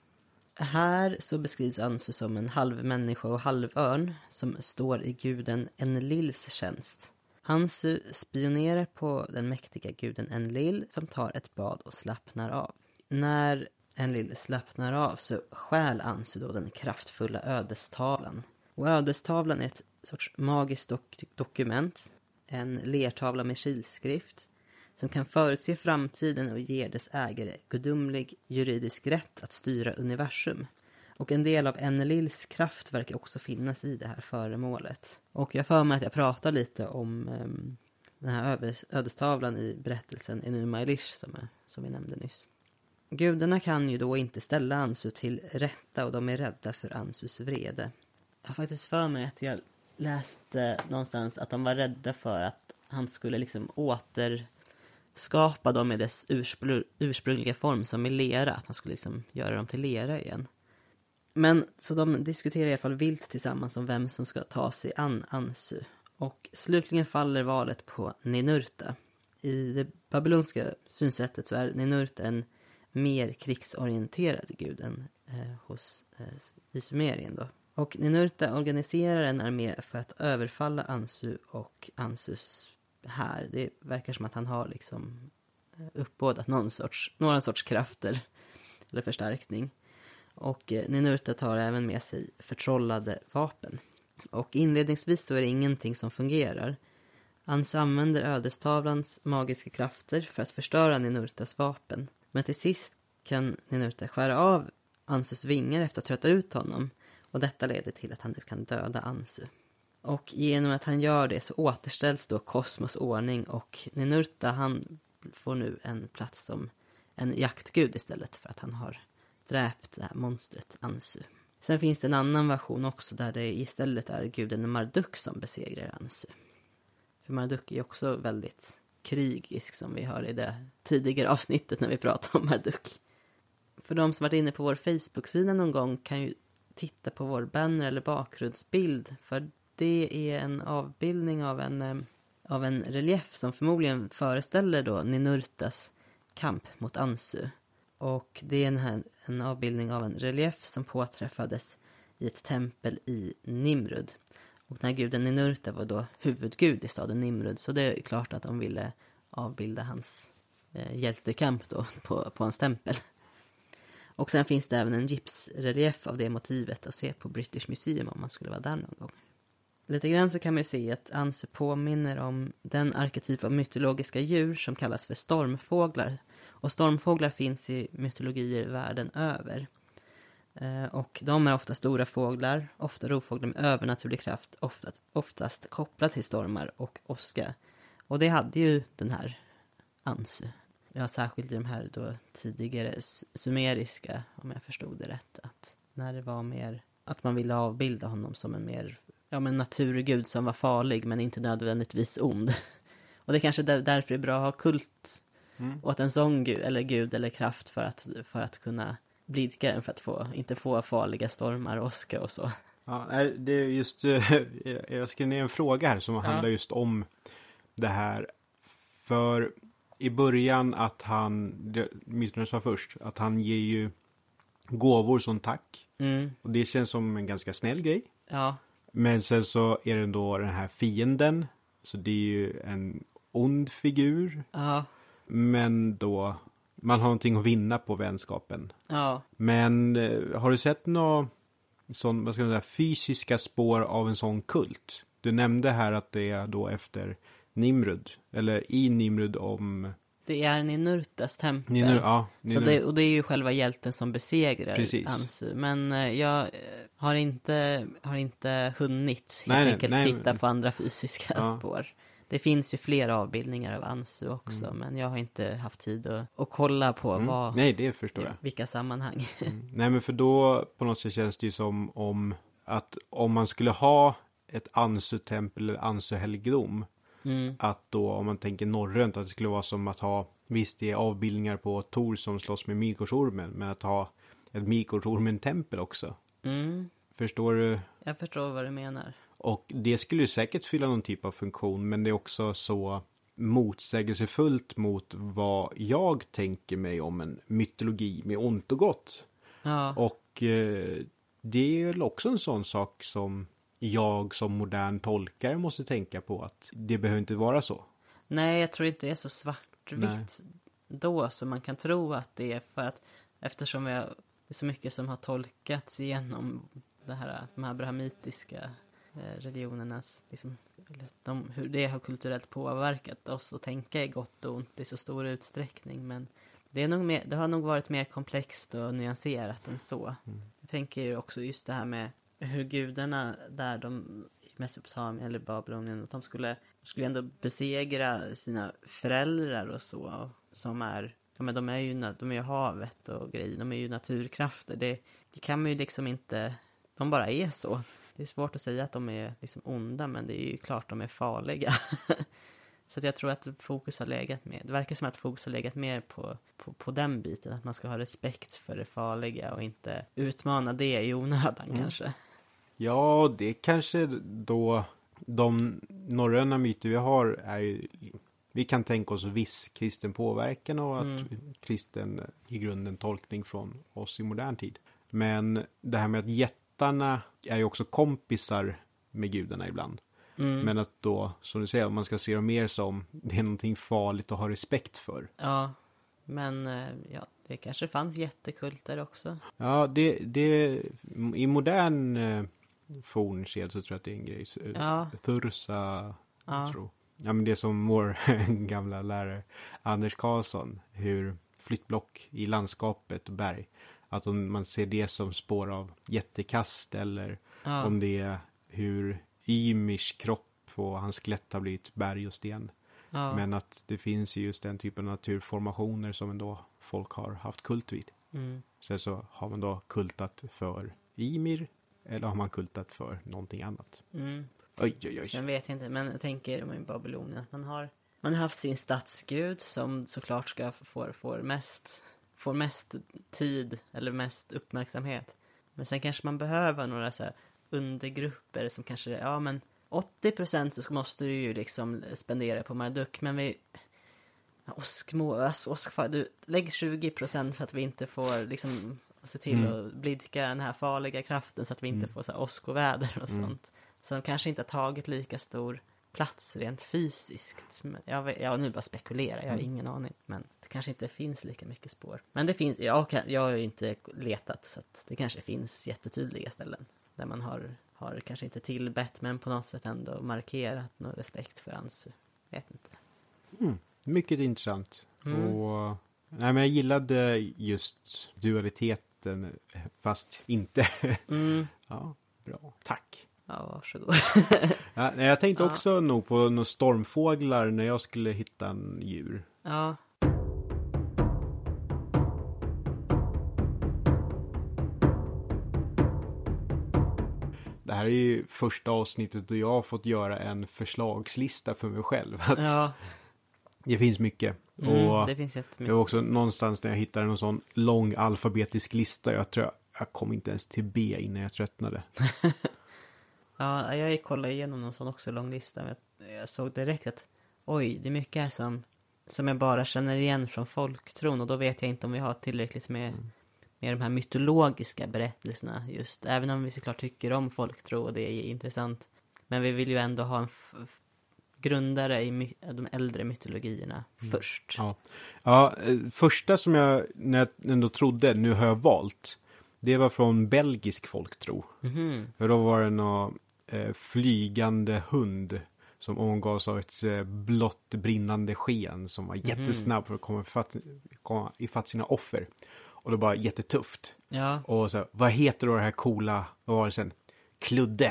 Här så beskrivs Ansu som en halvmänniska och halvörn som står i guden Enlils tjänst. Ansu spionerar på den mäktiga guden Enlil som tar ett bad och slappnar av. När Enlil slappnar av så stjäl Ansu då den kraftfulla ödestavlan. Och ödestavlan är ett sorts magiskt dokument, en lertavla med kilskrift som kan förutse framtiden och ge dess ägare gudomlig juridisk rätt att styra universum. Och en del av Enlils kraft verkar också finnas i det här föremålet. Och jag för mig att jag pratar lite om den här ödestavlan i berättelsen Enuma Elish som vi nämnde nyss. Gudarna kan ju då inte ställa Ansu till rätta och de är rädda för Ansus vrede. Jag har faktiskt för mig att jag läste någonstans att de var rädda för att han skulle liksom återskapa dem i dess ursprungliga form som i lera. Att han skulle liksom göra dem till lera igen. Men så de diskuterar i alla fall vilt tillsammans om vem som ska ta sig an Ansu. Och slutligen faller valet på Ninurta. I det babylonska synsättet så är Ninurta en mer krigsorienterad gud än i Sumerien då. Och Ninurta organiserar en armé för att överfalla Ansu och Ansus här. Det verkar som att han har liksom uppbådat några sorts krafter eller förstärkning. Och Ninurta tar även med sig förtrollade vapen. Och inledningsvis så är det ingenting som fungerar. Ansu använder ödestavlans magiska krafter för att förstöra Ninurtas vapen. Men till sist kan Ninurta skära av Ansus vingar efter att trötta ut honom. Och detta leder till att han nu kan döda Ansu. Och genom att han gör det så återställs då kosmos ordning. Och Ninurta han får nu en plats som en jaktgud istället för att han har dräpt det här monstret Ansu. Sen finns det en annan version också där det istället är guden Marduk som besegrar Ansu. För Marduk är också väldigt krigisk, som vi hör i det tidigare avsnittet när vi pratar om Marduk. För de som varit inne på vår Facebook-sida någon gång kan ju titta på vår banner eller bakgrundsbild. För det är en avbildning av en relief som förmodligen föreställer då Ninurtas kamp mot Ansu. Och det är en avbildning av en relief som påträffades i ett tempel i Nimrud. Och den här guden Ninurta var då huvudgud i staden Nimrud. Så det är klart att de ville avbilda hans hjältekamp då på hans tempel. Och sen finns det även en gipsrelief av det motivet att se på British Museum om man skulle vara där någon gång. Lite grann så kan man ju se att Ansu påminner om den arketyp av mytologiska djur som kallas för stormfåglar. Och stormfåglar finns i mytologier världen över. Och de är ofta stora fåglar, ofta rovfåglar med övernaturlig kraft, oftast kopplat till stormar och åska. Och det hade ju den här Ansu. Ja, särskilt i de här då tidigare sumeriska, om jag förstod det rätt. Att när det var mer, att man ville avbilda honom som en mer naturgud som var farlig men inte nödvändigtvis ond. Och det är kanske därför det är bra att ha kult åt en sån gud eller kraft för att kunna blidka den, för att inte få farliga stormar, åska och så. Ja, det är just, jag skrev ner en fråga här som handlar just om det här. För i början att myterna sa först, att han ger ju gåvor som tack. Och det känns som en ganska snäll grej. Ja. Men sen så är det då den här fienden. Så det är ju en ond figur. Ja. Men då, man har någonting att vinna på vänskapen. Ja. Men har du sett några fysiska spår av en sån kult? Du nämnde här att det är då efter Nimrud. Eller i Nimrud om... Det är Ninurtas tempel. Ninurta. Så det är ju själva hjälten som besegrar Ansu. Men jag har inte hunnit titta på andra fysiska spår. Det finns ju flera avbildningar av Ansu också. Men jag har inte haft tid att kolla på det förstår jag. Vilka sammanhang. Nej, men för då på något sätt känns det ju som om man skulle ha ett Ansu-tempel eller Ansu-helgedom. Att då, om man tänker norrönt, att det skulle vara som att ha, visst det är avbildningar på Tor som slåss med Midgårdsormen, men att ha ett Midgårdsormen-tempel också. Förstår du? Jag förstår vad du menar. Och det skulle ju säkert fylla någon typ av funktion, men det är också så motsägelsefullt mot vad jag tänker mig om en mytologi med ont och gott. Ja. Och det är väl också en sån sak som jag som modern tolkare måste tänka på, att det behöver inte vara så. Nej, jag tror inte det är så svartvitt då som man kan tro att det är, för att eftersom det är så mycket som har tolkats igenom de här abrahamitiska religionernas liksom, hur det har kulturellt påverkat oss att tänka i gott och ont i så stor utsträckning, men det har nog varit mer komplext och nyanserat än så. Jag tänker också just det här med hur gudarna där de i Mesopotamien eller Babylonien, att de skulle ändå besegra sina föräldrar och så, som är, de är ju havet och grejer, de är ju naturkrafter. Det kan man ju liksom inte, de bara är så. Det är svårt att säga att de är liksom onda, men det är ju klart de är farliga. Så att jag tror att fokus har legat mer, det verkar som att fokus har legat mer på den biten, att man ska ha respekt för det farliga och inte utmana det i onödan kanske. Ja, det kanske då de norröna myter vi har är ju, vi kan tänka oss viss kristen påverkan och att kristen i grunden tolkning från oss i modern tid. Men det här med att jättarna är ju också kompisar med gudarna ibland. Men att då, som du säger, man ska se dem mer som det är någonting farligt att ha respekt för. Ja, men det kanske fanns jättekulter också. Ja, det i modern fornsed så tror jag att det är en grej. Thursa, tror. Ja, men det är som vår gamla lärare Anders Karlsson, hur flyttblock i landskapet och berg, att om man ser det som spår av jättekast, eller om det är hur Ymirs kropp och hans skelett har blivit berg och sten. Men att det finns ju just den typen av naturformationer som ändå folk har haft kult vid. Sen så har man då kultat för Ymir, eller har man kultat för någonting annat. Oj. Sen vet jag inte, men jag tänker om i Babylonien att man har haft sin stadsgud som såklart ska få mest tid eller mest uppmärksamhet. Men sen kanske man behöver några så här undergrupper som kanske, 80% så måste du ju liksom spendera på Marduk, men vi du lägg 20% för att vi inte får liksom se till att blidka den här farliga kraften så att vi inte får så här åskoväder och sånt. Så de kanske inte har tagit lika stor plats rent fysiskt. Jag nu bara spekulerar, jag har ingen aning. Men det kanske inte finns lika mycket spår. Men det finns, jag har ju inte letat så att det kanske finns jättetydliga ställen. Där man har kanske inte tillbett men på något sätt ändå markerat någon respekt för Ansu. Vet inte. Mycket intressant. Och, men jag gillade just dualiteten fast inte. Ja, bra. Tack. Ja, varsågod. Jag tänkte också nog på några stormfåglar när jag skulle hitta en djur. Ja. Det här är ju första avsnittet och jag har fått göra en förslagslista för mig själv. Det finns mycket. Och det finns jättemycket. Det var också någonstans när jag hittade någon sån lång alfabetisk lista. Jag tror jag kom inte ens till B innan jag tröttnade. Ja, jag kollade igenom någon sån också lång lista. Jag såg direkt att det är mycket som jag bara känner igen från folktron. Och då vet jag inte om vi har tillräckligt med de här mytologiska berättelserna just. Även om vi såklart tycker om folktro och det är intressant. Men vi vill ju ändå ha en grundare i de äldre mytologierna först. Ja, första som jag ändå trodde, nu har jag valt. Det var från belgisk folktro. För då var det någon flygande hund som omgavs av ett blått brinnande sken som var jättesnabb för att komma ifatt sina offer. Och det var bara jättetufft. Ja. Och så, vad heter då det här coola varelsen? Kludde.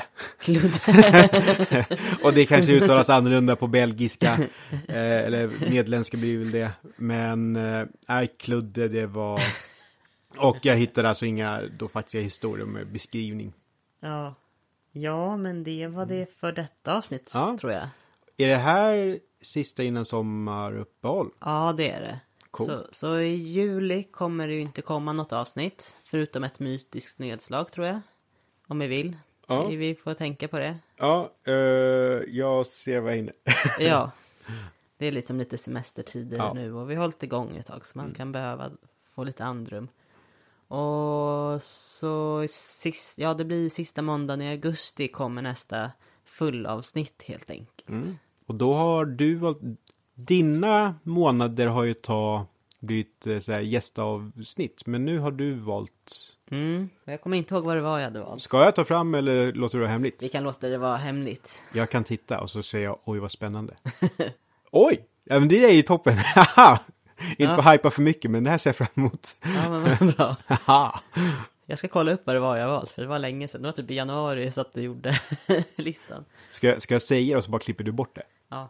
Och det kanske uttalas annorlunda på belgiska. Eller nederländska blir väl det. Men Kludde, det var... Och jag hittade alltså inga då faktiska historier med beskrivning. Ja, men det var det för detta avsnitt, tror jag. Är det här sista innan sommaruppehåll? Ja, det är det. Cool. Så i juli kommer det ju inte komma något avsnitt. Förutom ett mytiskt nedslag, tror jag. Om vi vill. Ja. Vi får tänka på det. Ja, jag ser vad jag är inne. Ja, det är liksom lite semestertider nu. Och vi har hållit igång ett tag så man kan behöva få lite andrum. Och så det blir sista måndagen i augusti kommer nästa fullavsnitt helt enkelt. Och då har du dina månader har ju blivit så här gästavsnitt, men nu har du valt. Jag kommer inte ihåg vad det var jag hade valt. Ska jag ta fram eller låter du det hemligt? Vi kan låta det vara hemligt. Jag kan titta och så säger jag, oj vad spännande. Oj, ja, men det är ju toppen. Inte för att hypa för mycket, men det här ser jag fram emot. Ja, men bra. Jag ska kolla upp vad det var jag valt, för det var länge sedan. Det var typ i januari så att du gjorde listan. Ska jag säga och så bara klipper du bort det? Ja.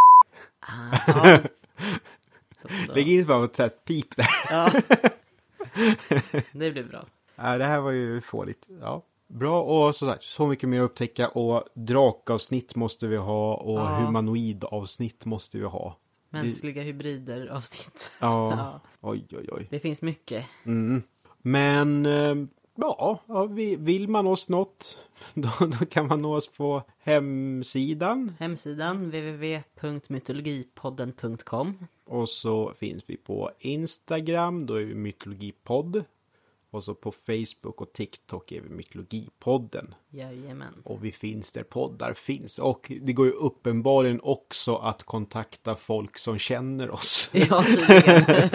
Lägg in bara ett pip där. Ja. Det blir bra. Det här var ju fåligt. Ja. Bra, och så mycket mer att upptäcka. Och drakavsnitt måste vi ha. Och humanoidavsnitt måste vi ha. Mänskliga hybrider avsnitt. Ja. Oj. Det finns mycket. Men vill man oss något då kan man nå oss på hemsidan www.mytologipodden.com. och så finns vi på Instagram, då är vi mytologipodd, och så på Facebook och TikTok är vi mytologipodden. Jajamän. Och vi finns där poddar finns, och det går ju uppenbarligen också att kontakta folk som känner oss. Ja, tydligen.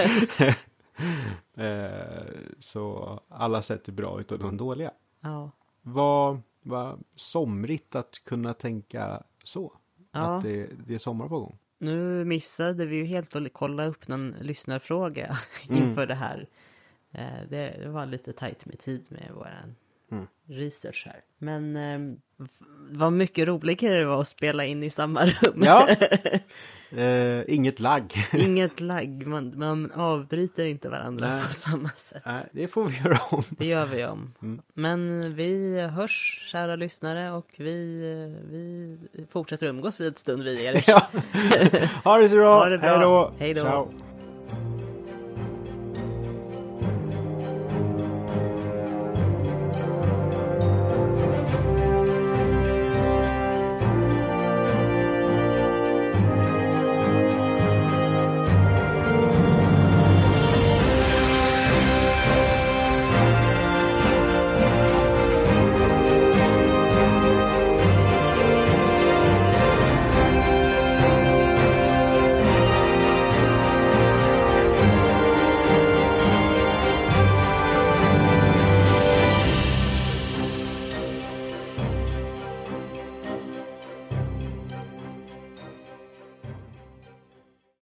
Så alla sätt är bra utan de dåliga. Ja. Vad somrigt att kunna tänka så. Ja. Att det är sommar på gång. Nu missade vi ju helt att kolla upp någon lyssnarfråga inför det här. Det var lite tajt med tid med våran research här. Men vad mycket roligare det var att spela in i samma rum. Ja. Inget lagg. Inget lagg, man avbryter inte varandra på samma sätt. Nej, det får vi göra om. Det gör vi om. Men vi hörs, kära lyssnare, och vi fortsätter umgås vid ett stund, vi Erik. Ja. Ha det så bra. Ha det bra. Hej då. Hej då. Ciao.